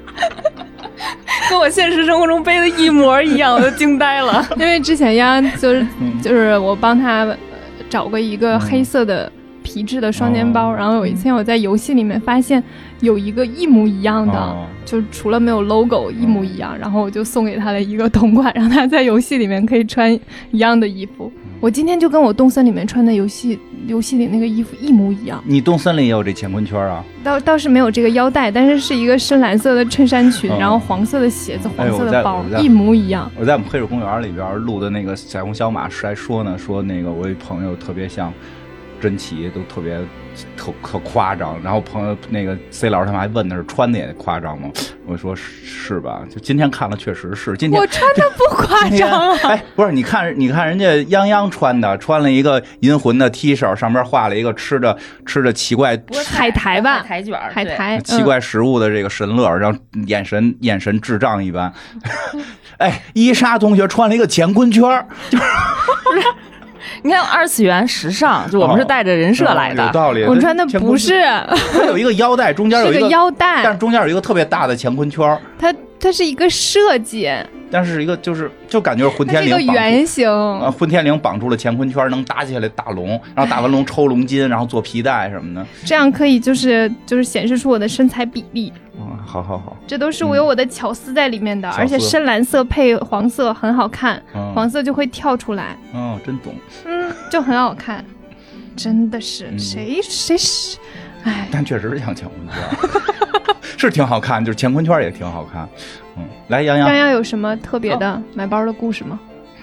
跟我现实生活中背的一模一样，我都惊呆了。 因为之前呀，就是我帮他找过一个黑色的皮质的双肩包，然后有一天我在游戏里面发现有一个一模一样的，就除了没有 logo 一模一样，然后我就送给他了一个同款，让他在游戏里面可以穿一样的衣服。我今天就跟我动森里面穿的游戏里那个衣服一模一样。 你动森里也有这乾坤圈啊？ 倒是没有这个腰带，但是是一个深蓝色的衬衫裙，然后黄色的鞋子，黄色的包，一模一样。 我在我们黑水公园里边录的那个彩虹小马还说呢，说那个我一朋友特别像珍奇，都特别可夸张。然后朋友那个 C 老师他们还问的是穿的也夸张吗？我说是吧？就今天看了确实是。今天我穿的不夸张啊！ 哎，不是，你看人家泱泱穿了一个银魂的 T 恤，上面画了一个吃着奇怪海苔吧， 海卷， 海苔奇怪食物的这个神乐，然后眼神智障一般。哎，伊莎同学穿了一个乾坤圈，就是。 你看二次元时尚，就我们是带着人设来的。 有道理。 我穿的不是， 它有一个腰带，中间有一个腰带， 但是中间有一个特别大的乾坤圈。 它是一个设计， 但是一个就感觉混天绫绑住，它是一个圆形。 混天绫绑住了乾坤圈，能搭起来打龙，然后打完龙抽龙筋，然后做皮带什么的。 这样可以就是显示出我的身材比例。 好， 这都是我有我的巧思在里面的，而且深蓝色配黄色很好看，黄色就会跳出来。 真懂。 就很好看，真的是谁是，哎， 但确实像乾坤圈，是挺好看，就是乾坤圈也挺好看。来，洋洋有什么特别的买包的故事吗？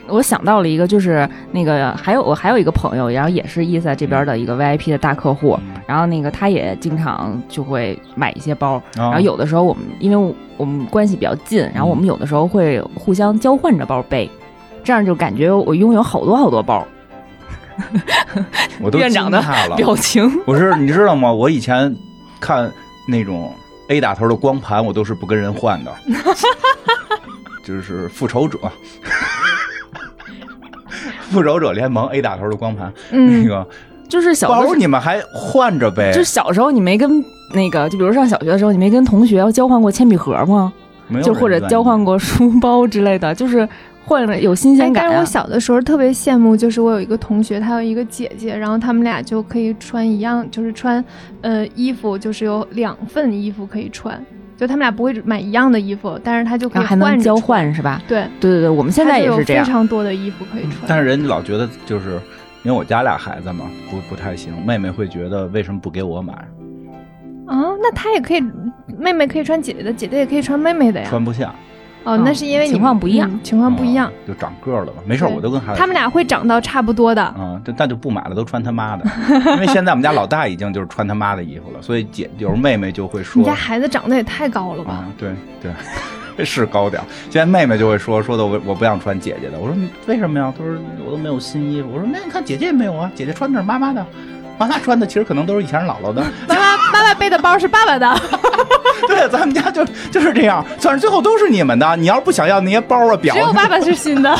我想到了一个，就是那个我还有一个朋友，然后也是伊萨这边的一个 VIP 的大客户，然后那个他也经常就会买一些包，然后有的时候因为我们关系比较近，然后我们有的时候会互相交换着包背，这样就感觉我拥有好多好多包。 我都院长的表情， 你知道吗？我以前看那种 A 打头的光盘，我都是不跟人换的，就是复仇者联盟 A 打头的光盘，那个就是小包你们还换着呗？ 就小时候你没跟那个，就比如上小学的时候，你没跟同学交换过铅笔盒吗？ 没有， 就或者交换过书包之类的，就是换了有新鲜感。 但是我小的时候特别羡慕，就是我有一个同学，他有一个姐姐，然后他们俩就可以穿一样，就是穿衣服，就是有2份衣服可以穿，就他们俩不会买一样的衣服，但是他就可以还能交换是吧？ 对， 我们现在也是这样， 非常多的衣服可以穿。 但是人老觉得就是因为我家俩孩子嘛，不太行，妹妹会觉得为什么不给我买？ 那他也可以，妹妹可以穿姐姐的，姐姐也可以穿妹妹的呀。 穿不下。 那是因为情况不一样， 情况不一样， 就长个了吧？没事，我都跟孩子。 他们俩会长到差不多的。 但就不买了，都穿他妈的。因为现在我们家老大已经就是穿他妈的衣服了，所以有时候妹妹就会说：“ 你家孩子长得也太高了吧？” 对，是高点。现在妹妹就会说的我不想穿姐姐的。我说为什么呀？她说我都没有新衣服。我说那你看姐姐也没有啊，姐姐穿的是妈妈的。妈妈穿的其实可能都是以前姥姥的， 妈妈背的包是爸爸的。 对，咱们家就是这样，算是最后都是你们的。你要是不想要那些包啊表， 只有爸爸是新的。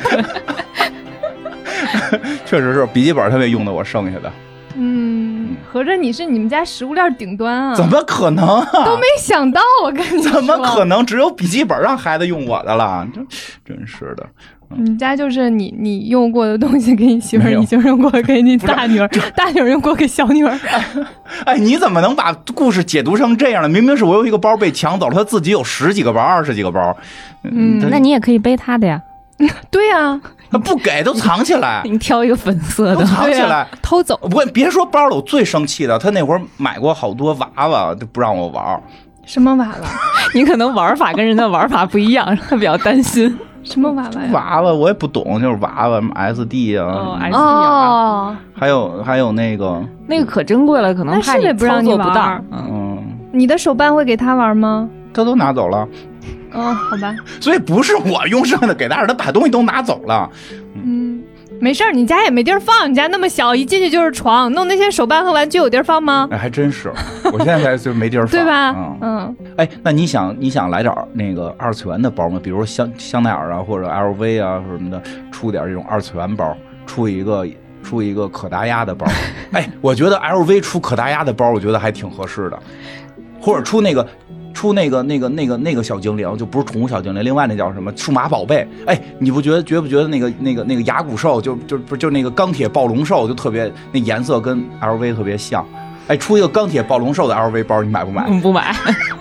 确实是笔记本特别用的我剩下的。 合着你是你们家食物链顶端啊？ 怎么可能啊？ 都没想到，我跟你说， 怎么可能？只有笔记本让孩子用我的了，真是的。 你家就是你用过的东西给你媳妇儿，你就用过给你大女儿，大女儿用过给小女儿。 哎，你怎么能把故事解读成这样呢？明明是我有一个包被抢走了，他自己有10几个包、20几个包。 那你也可以背他的呀。 对呀， 他不给，都藏起来。 你挑一个粉色的， 藏起来， 偷走。 别说包了，我最生气的，他那会儿买过好多娃娃，都不让我玩。 什么娃娃？ 你可能玩法跟人的玩法不一样，他比较担心。 什么娃娃呀？ 娃娃我也不懂，就是娃娃 SD 啊 ，SD 还有那个可珍贵了，可能怕你操作不当。 你的手办会给他玩吗？ 他都拿走了。 好吧。 所以不是我用剩下的给他，他把东西都拿走了。 没事儿，你家也没地儿放，你家那么小，一进去就是床，弄那些手办和玩具有地儿放吗？ 还真是，我现在就没地儿放， 对吧？ 哎，那你想来点那个2次元的包吗？比如香奈儿啊，或者 LV 啊什么的，出点这种2次元包，出一个可达鸭的包。哎，我觉得 LV 出可达鸭的包，我觉得还挺合适的，或者出那个小精灵，就不是宠物小精灵，另外那叫什么数码宝贝？哎，你不觉得那个牙骨兽就那个钢铁暴龙兽就特别，那颜色跟 LV 特别像。哎，出一个钢铁暴龙兽的 LV 包，你买不买？ 不买。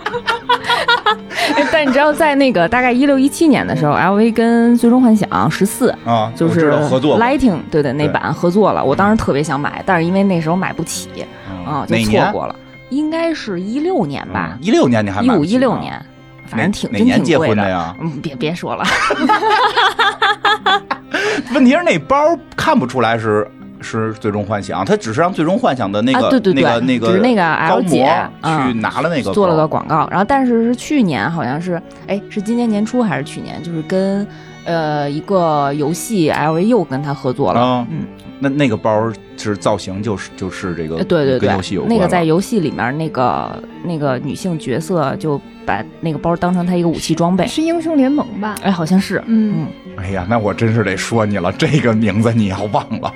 但你知道，在那个大概16、17年的时候，LV 跟最终幻想14就是合作 Lighting 对那版合作了。我当时特别想买，但是因为那时候买不起就错过了。应该是16年吧 ，16年你还买不起 ？15、16年，反正挺哪年结婚的呀？ 别说了。 问题是那包看不出来是最终幻想，他只是让最终幻想的那个对只是那个 L 姐去拿了那个做了个广告，然后但是去年好像是是今年年初还是去年，就是跟一个游戏 LV 又跟他合作了。 那个包是造型就是这个对跟游戏有关， 那个在游戏里面那个女性角色就把那个包当成她一个武器装备， 是英雄联盟吧？ 好像是。 哎呀，那我真是得说你了，这个名字你要忘了。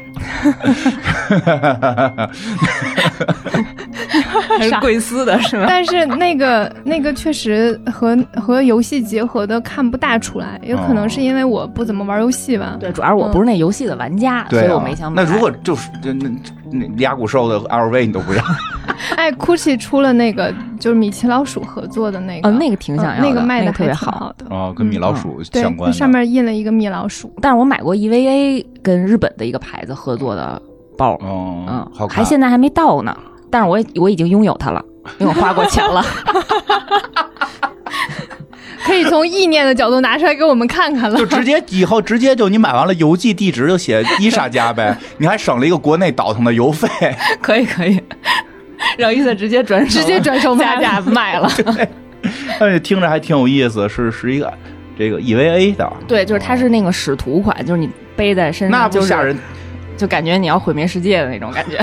还是贵司的是吧？ 但是那个确实和游戏结合的看不大出来，也可能是因为我不怎么玩游戏吧。 对，主要是我不是那游戏的玩家，所以我没想买。 那如果就是那牙骨兽的 LV 你都不要？ 哎 ，GUCCI 出了那个就是米奇老鼠合作的那个， 那个挺想要的， 那个卖的特别好的跟米老鼠相关的， 上面印了一个米老鼠。 但是我买过 EVA 跟日本的一个牌子合作的包， 好看， 还现在还没到呢，但是我已经拥有它了，因为我花过钱了。 可以从意念的角度拿出来给我们看看了， 就以后直接就你买完了邮寄地址就写伊莎家呗，你还省了一个国内倒腾的邮费。 可以，让伊莎直接转手价卖了。 而且听着还挺有意思，是一个这个 EVA 的。对， 就是它是那个使徒款，就是你背在身上， 那不吓人， 就感觉你要毁灭世界的那种感觉。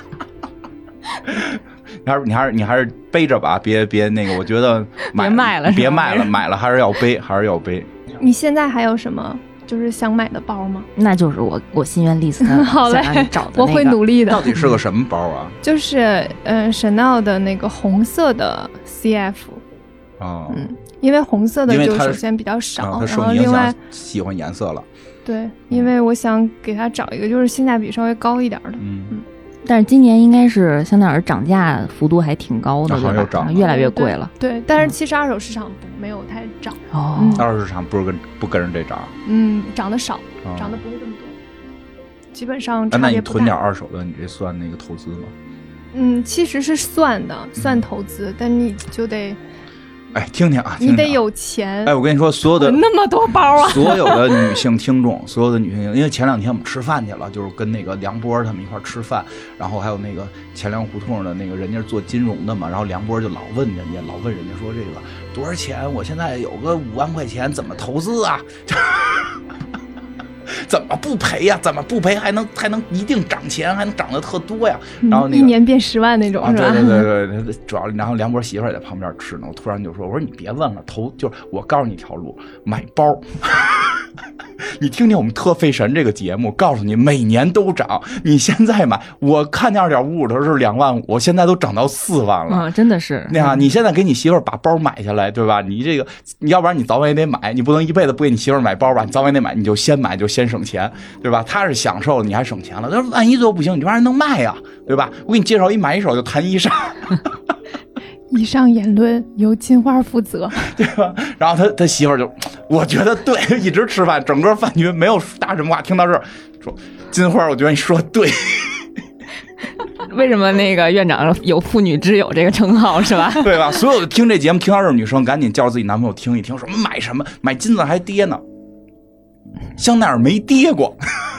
你还是背着吧，别那个，我觉得别卖了， 买了还是要背。 你现在还有什么就是想买的包吗？ 那就是我心愿丽丝好嘞， 找的那个， 我会努力的。 到底是个什么包啊？ 就是Chanel 的那个红色的 CF。 哦， 因为红色的就首先比较少，然后另外喜欢颜色了。 对，因为我想给他找一个就是性价比稍微高一点的。 但是今年应该是相对而言涨价幅度还挺高的，对吧？越来越贵了。 对，但是其实二手市场没有太涨。 二手市场不跟着这涨。 涨得少，涨得不会这么多，基本上差别不大。 那你囤点二手的，你这算那个投资吗？ 其实是算投资，但你就得。 听听啊， 你得有钱。 我跟你说，所有的那么多包啊， 所有的女性听众，因为前2天我们吃饭去了，就是跟那个梁波他们一块吃饭，然后还有那个钱粮胡同的那个人家是做金融的嘛，然后梁波就老问人家说这个多少钱？我现在有个5万块钱，怎么投资啊？怎么不赔呀？怎么不赔还能一定涨钱，还能涨得特多呀？然后那个 1年变10万那种是吧？ 对，主要然后梁博媳妇也在旁边吃呢，我突然就说，我说你别问了，就是我告诉你一条路，买包。你听听我们特费神这个节目，告诉你每年都涨。你现在买，我看见2.55的是2万5，现在都涨到4万了。 真的是。 那样，你现在给你媳妇把包买下来，对吧？你这个，你要不然你早晚也得买，你不能一辈子不给你媳妇买包吧？你早晚得买，你就先买，就先省钱，对吧？他是享受了，你还省钱了。但是万一最后不行，你这玩意儿能卖呀，对吧？我给你介绍一买一手就谈伊莎。 以上言论由金花负责， 对吧？然后他媳妇就，我觉得对，一直吃饭，整个饭局没有搭什么话，听到这儿说，金花，我觉得你说对。 为什么那个院长有妇女之友这个称号是吧？ 对吧？所有的听这节目听到这女生，赶紧叫自己男朋友听一听，什么买金子还跌呢，香奈儿没跌过。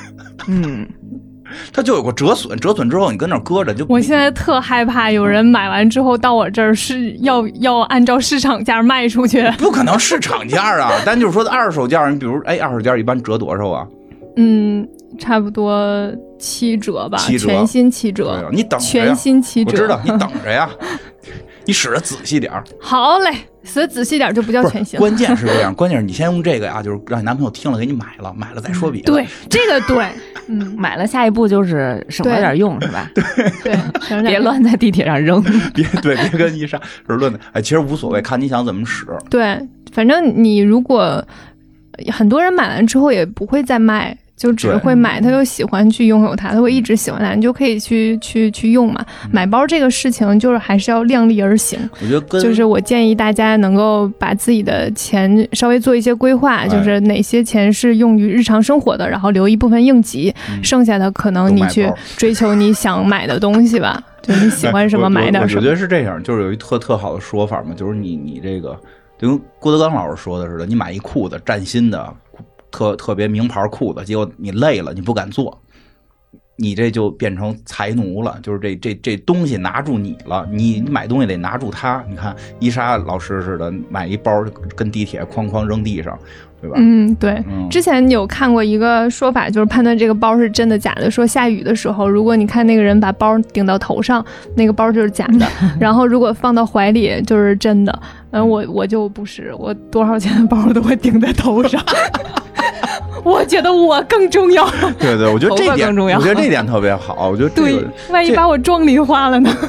它就有个折损之后你跟那搁着就。 我现在特害怕有人买完之后到我这儿是要按照市场价卖出去。 不可能市场价啊，但就是说二手价，你比如二手价一般折多少啊？ 差不多7折吧， 全新7折。 你等着呀， 全新7折。 我知道，你等着呀。你使得仔细点。 好嘞，使得仔细点就不叫全新。 关键是这样，关键是你先用这个呀，就是让你男朋友听了给你买了再说别的。 对，这个对。 买了下一步就是省着点用是吧？ 对， 别乱在地铁上扔。 别跟伊莎是乱的。其实无所谓，看你想怎么使。 对，反正你如果很多人买完之后也不会再卖。就只会买，他就喜欢去拥有它，他会一直喜欢它，你就可以去用嘛。买包这个事情就是还是要量力而行。 我觉得就是我建议大家能够把自己的钱稍微做一些规划，就是哪些钱是用于日常生活的，然后留一部分应急，剩下的可能你去追求你想买的东西吧。就是你喜欢什么买点什么。 我觉得是这样，就是有一特好的说法嘛，就是你这个就跟郭德纲老师说的似的，你买一裤子崭新的。特别名牌裤子，结果你累了，你不敢做，你这就变成财奴了。就是这东西拿住你了，你买东西得拿住它。你看伊莎老师似的，买一包跟地铁哐哐扔地上，对吧？ 对。之前有看过一个说法，就是判断这个包是真的假的。说下雨的时候，如果你看那个人把包顶到头上，那个包就是假的；然后如果放到怀里，就是真的。我就不是，我多少钱的包都会顶在头上。我觉得我更重要。 对，我觉得这点重要。我觉得这点特别好。我觉得对，万一把我妆淋花了呢？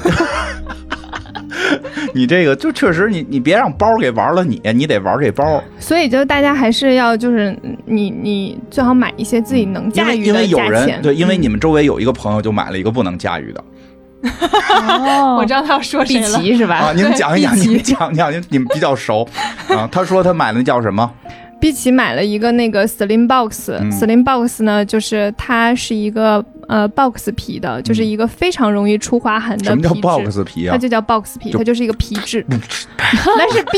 你这个就确实，你别让包给玩了你得玩这包。 所以就大家还是要就是你最好买一些自己能驾驭的价钱。 因为有人对，因为你们周围有一个朋友就买了一个不能驾驭的。 我知道他要说谁了， 碧琪是吧？ 您讲一讲，您们比较熟啊。他说他买的那叫什么？ 碧琪买了一个那个 Slim Box，Slim Box 呢，就是它是一个box 皮的，就是一个非常容易出划痕的皮质。什么叫 box 皮啊？ 它就叫 box 皮，它就是一个皮质。那是 B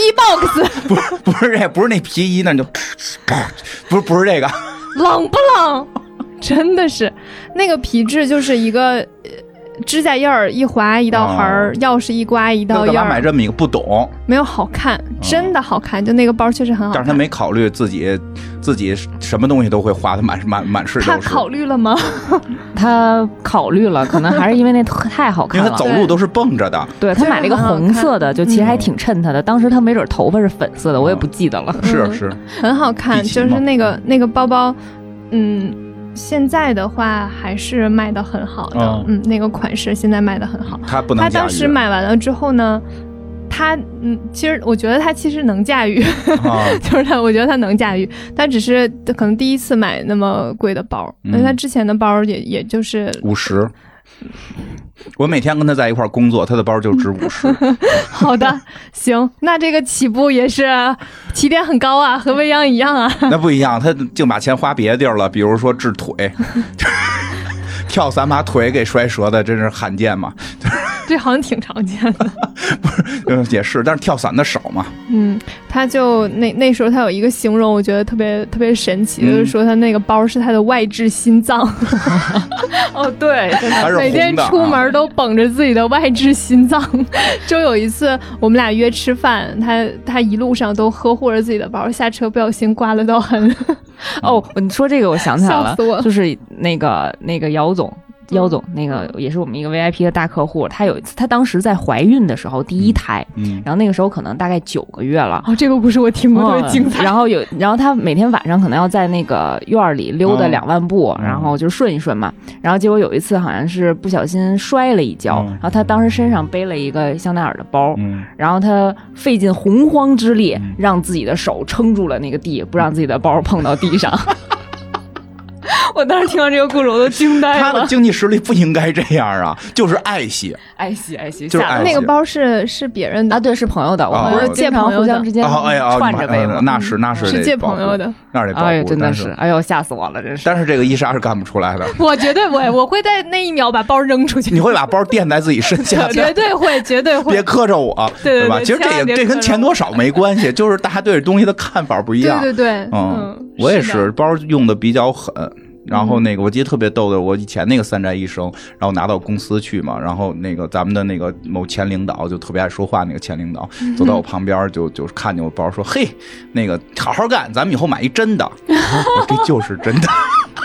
box， 不是那皮衣，那就不是这个。 冷不冷？真的是，那个皮质就是一个指甲印儿一划一道痕儿，钥匙一刮一道印儿。 干嘛买这么一个？不懂。 没有好看，真的好看，就那个包确实很好看。 但是他没考虑自己什么东西都会划的满是都是。 他考虑了吗？ 他考虑了，可能还是因为那太好看了。 因为他走路都是蹦着的。 对，他买了一个红色的，就其实还挺衬他的。当时他没准头发是粉色的，我也不记得了。 是， 很好看，就是那个包包，现在的话还是卖的很好的，那个款式现在卖的很好。 他不能驾驭。 他当时买完了之后呢，他其实我觉得他其实能驾驭，就是我觉得他能驾驭，他只是可能第一次买那么贵的包，因为他之前的包也就是 50。我每天跟他在一块工作，他的包就值50。 好的，行，那这个起步也是起点很高啊，和未央一样啊。 那不一样，他净把钱花别的地儿了，比如说治腿，跳伞把腿给摔折的，真是罕见嘛。 这好像挺常见的。 不是，也是，但是跳伞的少嘛。 他就那时候他有一个形容，我觉得特别神奇，就是说他那个包是他的外置心脏。哦，对，每天出门都绷着自己的外置心脏。就有一次我们俩约吃饭，他一路上都呵护着自己的包，下车不小心刮了道痕。 哦，你说这个我想起来了， 笑死我了， 就是那个姚总那个也是我们一个 VIP 的大客户，他有一次他当时在怀孕的时候第一胎，然后那个时候可能大概9个月了。 这个故事我听过，特别精彩。 然后他每天晚上可能要在那个院里溜达2万步，然后就顺一顺嘛。然后结果有一次好像是不小心摔了一跤，然后他当时身上背了一个香奈儿的包，然后他费尽洪荒之力让自己的手撑住了那个地，不让自己的包碰到地上。我当时听到这个故事我都惊呆了。 他的经济实力不应该这样啊，就是爱惜， 就是爱惜。 那个包是别人的啊，对，是朋友的，我们借朋友互相之间串着背那是借朋友的， 那得保护。 哎，真的是，哎呦，吓死我了，真是。 但是这个伊莎是干不出来的。 我绝对我会在那一秒把包扔出去。 你会把包垫在自己身下？ 绝对会。 别磕着我，对吧？其实这跟钱多少没关系，就是大家对这东西的看法不一样。 对， 我也是，包用的比较狠。然后我记得特别逗的，我以前那个三宅一生，然后拿到公司去嘛，然后咱们的那个某前领导就特别爱说话，那个前领导走到我旁边就看见我包说：“嘿，好好干，咱们以后买一真的。”这就是真的。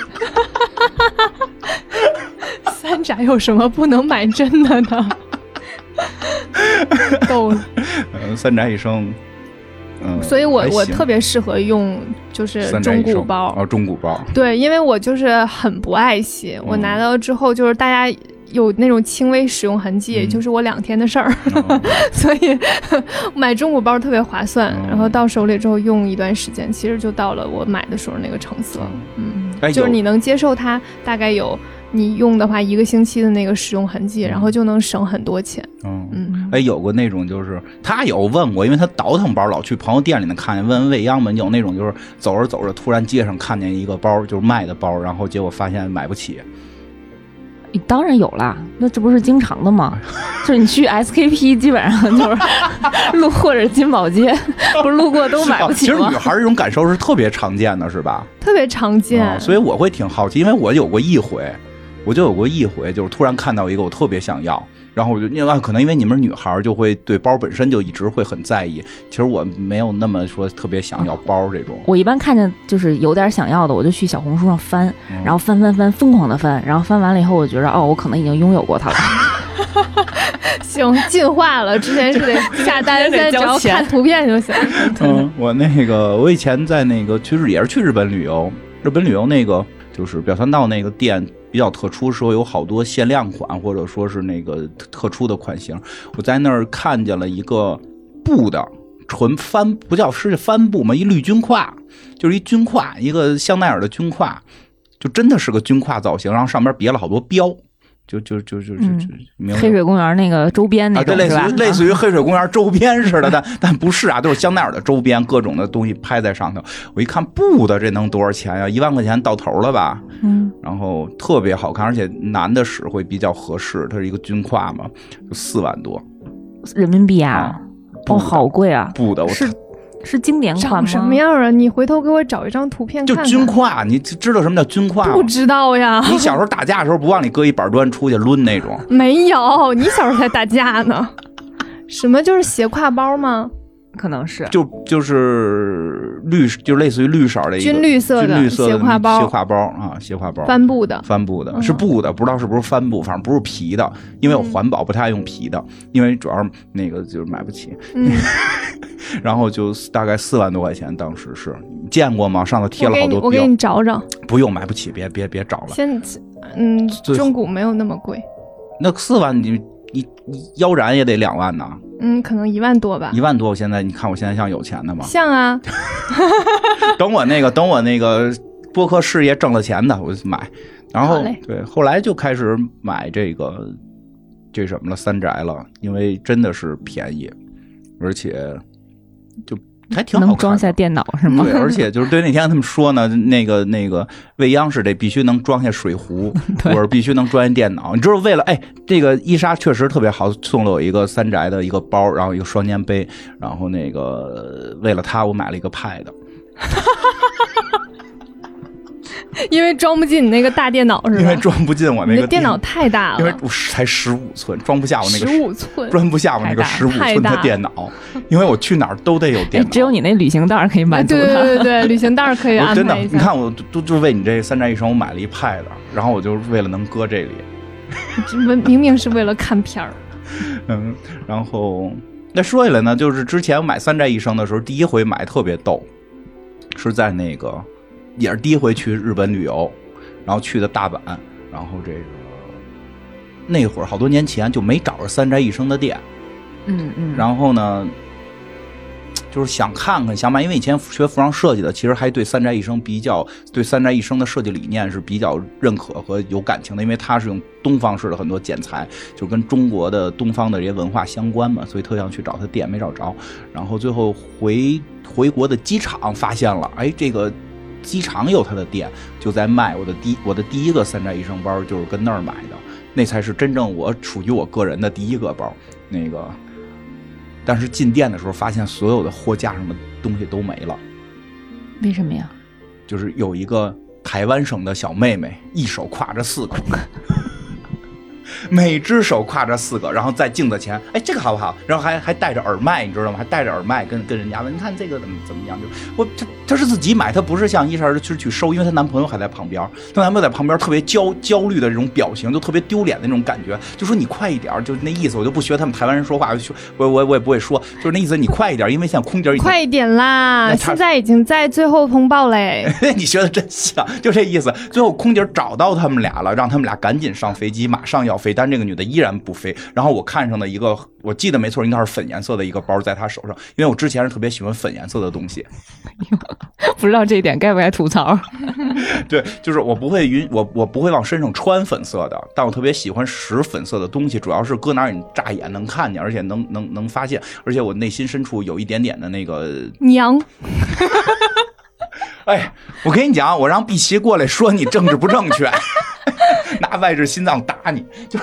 三宅有什么不能买真的呢？逗了。 三宅一生。 所以我特别适合用就是中古包。 中古包。对， 因为我就是很不爱惜，我拿到之后就是大家有那种轻微使用痕迹，也就是我2天的事儿。所以买中古包特别划算，然后到手里之后用一段时间，其实就到了我买的时候那个成色。就是你能接受它大概有你用的话1个星期的那个使用痕迹，然后就能省很多钱。 有过那种就是他有问过，因为他倒腾包老去朋友店里能看见，问未央们有那种就是走着走着突然街上看见一个包就是卖的包，然后结果发现买不起。 当然有啦，那这不是经常的吗？就是你去 SKP 基本上就是路或者金宝街，不是路过都买不起吗？ 其实女孩这种感受是特别常见的，是吧？ 特别常见。 所以我会挺好奇，因为我有过一回，就是突然看到一个我特别想要。然后我就可能因为你们是女孩，就会对包本身就一直会很在意。其实我没有那么说特别想要包这种。 我一般看见就是有点想要的，我就去小红书上翻，然后翻，疯狂的翻，然后翻完了以后，我觉得我可能已经拥有过它了。 行，进化了，之前是得下单，现在只要看图片就行。 我以前在也是去日本旅游，就是表参道那个店。比较特殊，说有好多限量款，或者说是特殊的款型。我在那儿看见了一个布的纯帆，不叫是帆布吗？一绿军挎，就是一军挎，一个香奈儿的军挎，就真的是个军挎造型，然后上边别了好多标。 黑水公园那个周边那种， 类似于黑水公园周边似的，但不是啊，都是香奈儿的周边，各种的东西拍在上头。我一看布的这能多少钱呀？1万块钱到头了吧？然后特别好看，而且男的使会比较合适，它是一个军挎嘛，就4万多人民币啊！哦，好贵啊！ 布的是经典款吗？ 长什么样啊？你回头给我找一张图片看看。 就军挎，你知道什么叫军挎吗？ 不知道呀。 你小时候打架的时候不往里搁一板砖出去抡那种？ 没有，你小时候才打架呢。什么就是斜挎包吗？ 可能是就是就类似于绿色的一个军绿色的斜挎包啊，斜挎包帆布的是布的，不知道是不是帆布，反正不是皮的，因为我环保不太爱用皮的，因为主要那个就是买不起。然后就大概4万多块钱，当时是你见过吗？上头贴了好多标。 我给你找找。 不用，买不起，别找了。 中古没有那么贵。 那4万你腰斩也得2万呢。 可能1万多吧。 1万多，你看我现在像有钱的吗？ 像啊。 等我那个播客事业挣了钱的，我就买。然后对，后来就开始买这什么了，三宅了，因为真的是便宜，而且就还挺好看的， 能装下电脑是吗？ 对，而且就是对那天他们说呢，那个未央是得必须能装下水壶，或者必须能装下电脑。你知道为了这个伊莎确实特别好，送了我一个三宅的一个包，然后一个双肩背，然后那个为了他我买了一个 Pad。 因为装不进你那个大电脑是吧？ 因为装不进我那个电脑太大了， 因为我才15寸，装不下我那个 15寸， 装不下我那个15寸的电脑。因为我去哪儿都得有电脑， 只有你那旅行袋可以满足它。 对，旅行袋可以安排一下。 真的，你看我就为你这三宅一生，我买了一 Pad， 然后我就为了能搁这里。 明明是为了看片儿。 然后那说起来呢，就是之前我买三宅一生的时候，第一回买特别逗，是在那个。也是第一回去日本旅游，然后去的大阪，然后这个那会儿好多年前就没找着三宅一生的店，然后呢，就是想看看想买，因为以前学服装设计的，其实还对三宅一生对三宅一生的设计理念是比较认可和有感情的，因为它是用东方式的很多剪裁，就跟中国的东方的这些文化相关嘛，所以特想去找他店没找着，然后最后回国的机场发现了，这个。机场有他的店，就在卖我的第一个三宅一生包，就是跟那儿买的，那才是真正属于我个人的第一个包。那个，但是进店的时候发现所有的货架上的东西都没了。 为什么呀？ 就是有一个台湾省的小妹妹，一手挎着4个。每只手挎着4个，然后在镜子前，这个好不好？然后还戴着耳麦，你知道吗？还戴着耳麦跟人家问，你看这个怎么样？就她是自己买，她不是像伊莎去收，因为她男朋友还在旁边，她男朋友在旁边特别焦虑的这种表情，就特别丢脸的那种感觉，就说你快一点，就那意思，我就不学他们台湾人说话，我也不会说，就是那意思，你快一点，因为现在空姐已经快一点啦，现在已经在最后通报嘞。 你学的真像，就这意思。最后空姐找到他们俩了，让他们俩赶紧上飞机，马上要飞。但这个女的依然不飞，然后我看上的一个，我记得没错，应该是粉颜色的一个包，在她手上，因为我之前是特别喜欢粉颜色的东西。 不知道这一点该不该吐槽？ 对，就是我不会往身上穿粉色的，但我特别喜欢使粉色的东西，主要是搁哪儿你乍眼能看见，而且能发现，而且我内心深处有一点点的那个娘。 我跟你讲，我让碧琪过来说你政治不正确。拿外置心脏打你，就是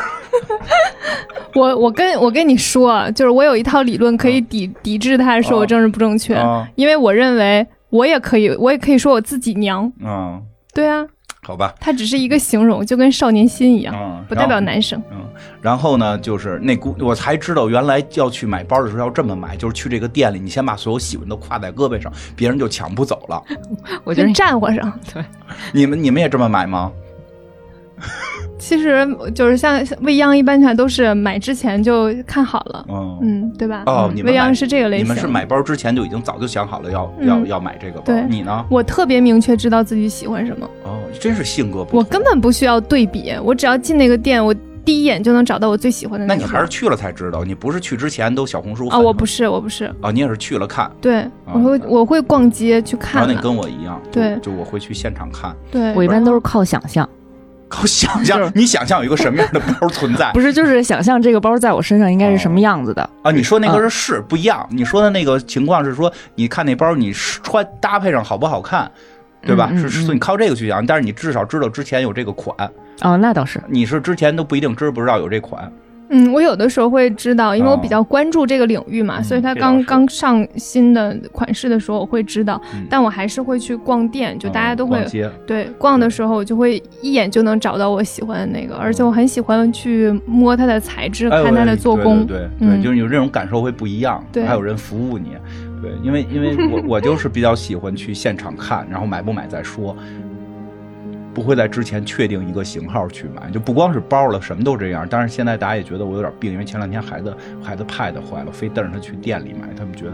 我跟你说，就是我有一套理论可以抵制他说我政治不正确，因为我认为我也可以说我自己娘，对啊， 好吧， 它只是一个形容，就跟少年心一样，不代表男生。 然后呢，就是我才知道原来要去买包的时候要这么买，就是去这个店里，你先把所有喜欢的挎在胳膊上，别人就抢不走了。 我觉得站伙上， 对， 你们也这么买吗？ 其实就是像未央一般全都是买之前就看好了，对吧？未央是这个类型。 你们是买包之前就已经早就想好了要买这个包，你呢？ 我特别明确知道自己喜欢什么。 真是性格不同。 我根本不需要对比，我只要进那个店，我第一眼就能找到我最喜欢的那个。 那你还是去了才知道，你不是去之前都小红书我不是你也是去了看。 对，我会逛街去看。 那你跟我一样， 对， 就我会去现场看。 对， 我一般都是靠想象。 靠想象，你想象有一个什么样的包存在？ 不是，就是想象这个包在我身上应该是什么样子的啊？你说那个是不一样，你说的那个情况是说，你看那包你穿搭配上好不好看，对吧？是你靠这个去想，但是你至少知道之前有这个款。 哦，那倒是。 你是之前都不一定不知道有这款。 我有的时候会知道，因为我比较关注这个领域嘛，所以它刚上新的款式的时候我会知道，但我还是会去逛店，就大家都会对逛的时候，我就会一眼就能找到我喜欢的那个，而且我很喜欢去摸它的材质，看它的做工， 对，就是有这种感受会不一样，还有人服务你，对，因为我就是比较喜欢去现场看，然后买不买再说。不会在之前确定一个型号去买，就不光是包了，什么都这样。但是现在大家也觉得我有点病，因为前2天孩子 Pad 坏了，非瞪着他去店里买，他们觉得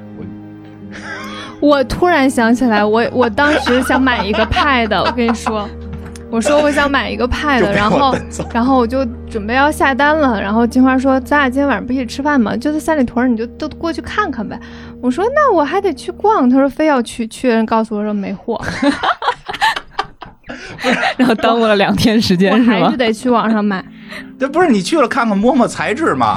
我突然想起来，我当时想买一个 Pad， 我跟你说，我说我想买一个 Pad， 然后我就准备要下单了，然后金花说咱俩今天晚上不一起吃饭吗？就在三里屯，你就都过去看看呗。我说那我还得去逛，他说非要去人告诉我说没货。 然后耽误了2天时间是吗？ 还是得去网上买。 这不是你去了看看摸摸材质吗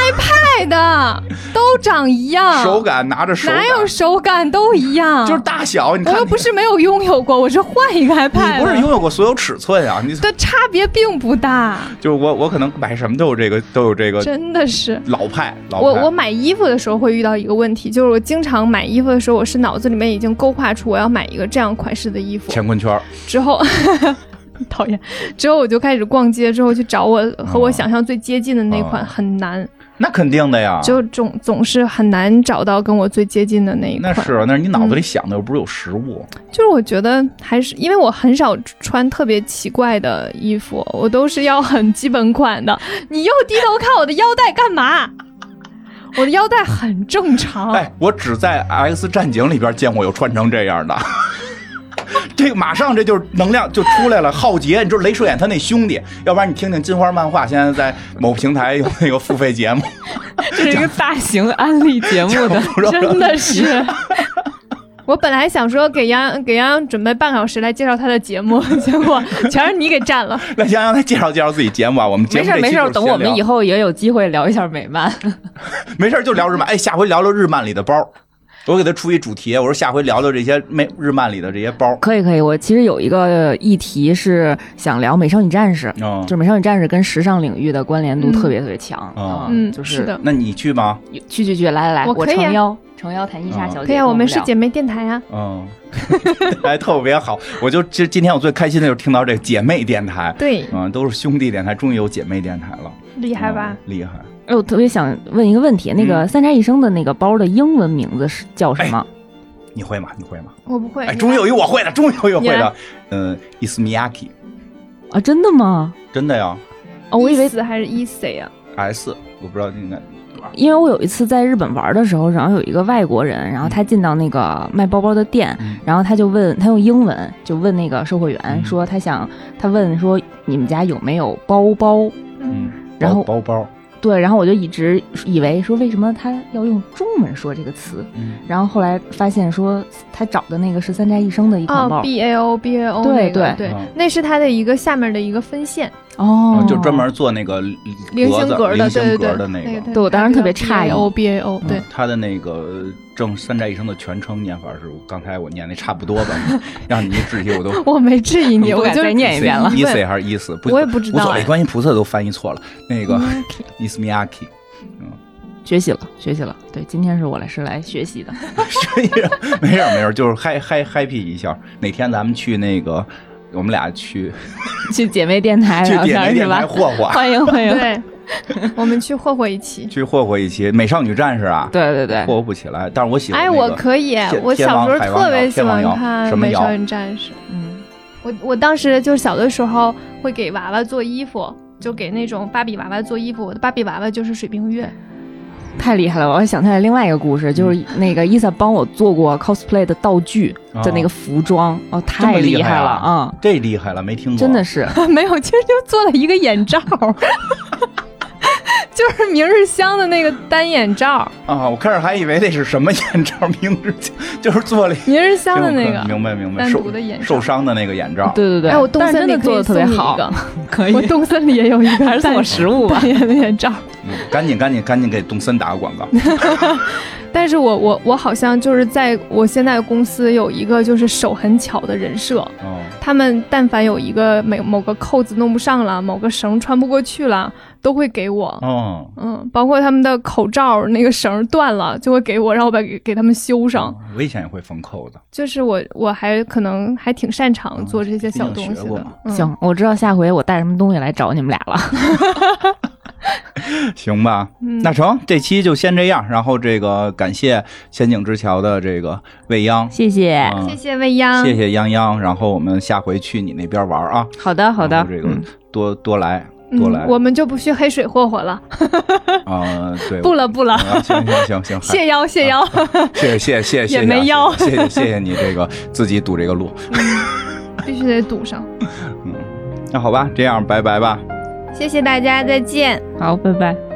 ？iPad 都长一样， 手感拿着手感， 哪有手感都一样， 就是大小。你看， 我又不是没有拥有过，我是换一个 iPad。 你不是拥有过所有尺寸啊？你的差别并不大。 就是我可能买什么都有这个， 真的是老派。 我买衣服的时候会遇到一个问题，就是我经常买衣服的时候，我是脑子里面已经勾画出我要买一个这样款式的衣服， 乾坤圈之后。讨厌，之后我就开始逛街，之后去找我和我想象最接近的那款，很难。 那肯定的呀， 就总是很难找到跟我最接近的那一款。 那是你脑子里想的，又不是有实物。 就是我觉得还是因为我很少穿特别奇怪的衣服，我都是要很基本款的。你又低头看我的腰带干嘛？我的腰带很正常。 哎，我只在 X 战警里边见过有穿成这样的。这个马上这就是能量就出来了，浩劫，你知道镭射眼他那兄弟，要不然你听听金花漫画，现在在某平台有那个付费节目， 这是一个大型安利节目的， 真的是。我本来想说给洋洋准备半个小时来介绍他的节目，结果全是你给占了。 那洋洋来介绍自己节目啊，我们节目没事，等我们以后也有机会聊一下美漫。 没事就聊日漫，哎，下回聊聊日漫里的包。我给他出一主题，我说下回聊聊这些日漫里的这些包。 可以，我其实有一个议题是想聊美少女战士，就是美少女战士跟时尚领域的关联度特别特别强。 是的。 那你去吗？ 去，来， 我诚邀谭伊莎小姐。 可以啊，我们是姐妹电台啊。 还特别好。我就今天我最开心的就是听到这姐妹电台。 对， 都是兄弟电台，终于有姐妹电台了， 厉害吧？ 厉害。 我特别想问一个问题，那个三宅一生的那个包的英文名字是叫什么？ 你会吗？ 我不会。 哎，终于有一我会的，Ismiyaki。 啊，真的吗？ 真的呀。 哦，我以为还是 E.C. 啊 ？S， 我不知道应该。 因为我有一次在日本玩的时候，然后有一个外国人，然后他进到那个卖包包的店，然后他就问，他用英文就问那个售货员说，他问说你们家有没有包包？然后包。 对，然后我就一直以为说为什么他要用中文说这个词，然后后来发现说他找的那个是三宅一生的一款包 ，BAO，对，那是他的一个下面的一个分线。 就专门做那个菱形格的， 对那个。 对，我当时特别诧异。 BAO，对， 他的那个三宅一生的全称念法是刚才我念那差不多吧？让你一质疑我都我没质疑你，我就再念一遍了。 E.C. 还是 E.S.？ 我也不知道。 无所谓，观音菩萨都翻译错了。那个 Ismiyaki， 学习了。对，今天是我来学习的。 没事，就是happy 一下。哪天咱们去那个。我们俩去姐妹电台聊天是吧？欢迎。 对，我们去霍一期。 美少女战士啊！ 对， 霍不起来，但是我喜欢。 哎，我可以，我小时候特别喜欢看美少女战士。我当时就是小的时候会给娃娃做衣服，就给那种芭比娃娃做衣服。我的芭比娃娃就是水冰月。 太厉害了！我还想起来另外一个故事，就是那个伊萨帮我做过 cosplay 的道具的那个服装，太厉害了啊！ 这厉害了，没听过， 真的是没有，其实就做了一个眼罩， 就是明日香的那个单眼罩啊！我开始还以为那是什么眼罩，明日香就是做了明日香的那个， 明白， 单独的眼罩， 受伤的那个眼罩。 对对对， 哎，我动森里做的特别好，可以。 我动森里也有一个， 还是送我食物吧， 单眼的眼罩。 赶紧给动森打个广告。 但是我好像就是在我现在公司有一个就是手很巧的人设，他们但凡有一个某个扣子弄不上了，某个绳穿不过去了，都会给我。包括他们的口罩那个绳断了，就会给我，让我给他们修上。 我以前也会缝扣子， 就是我还可能还挺擅长做这些小东西的。 行，我知道下回我带什么东西来找你们俩了。 行吧，那成，这期就先这样。然后这个感谢仙境之桥的这个未央， 谢谢， 谢谢未央， 谢谢泱泱。然后我们下回去你那边玩啊。 好的，好的， 这个多来。 我们就不去黑水霍霍了。 对， 不了。 行， 谢邀， 谢谢， 也没邀， 谢谢你这个自己堵这个路， 必须得堵上。 那好吧，这样拜拜吧。 谢谢大家，再见。 好，拜拜。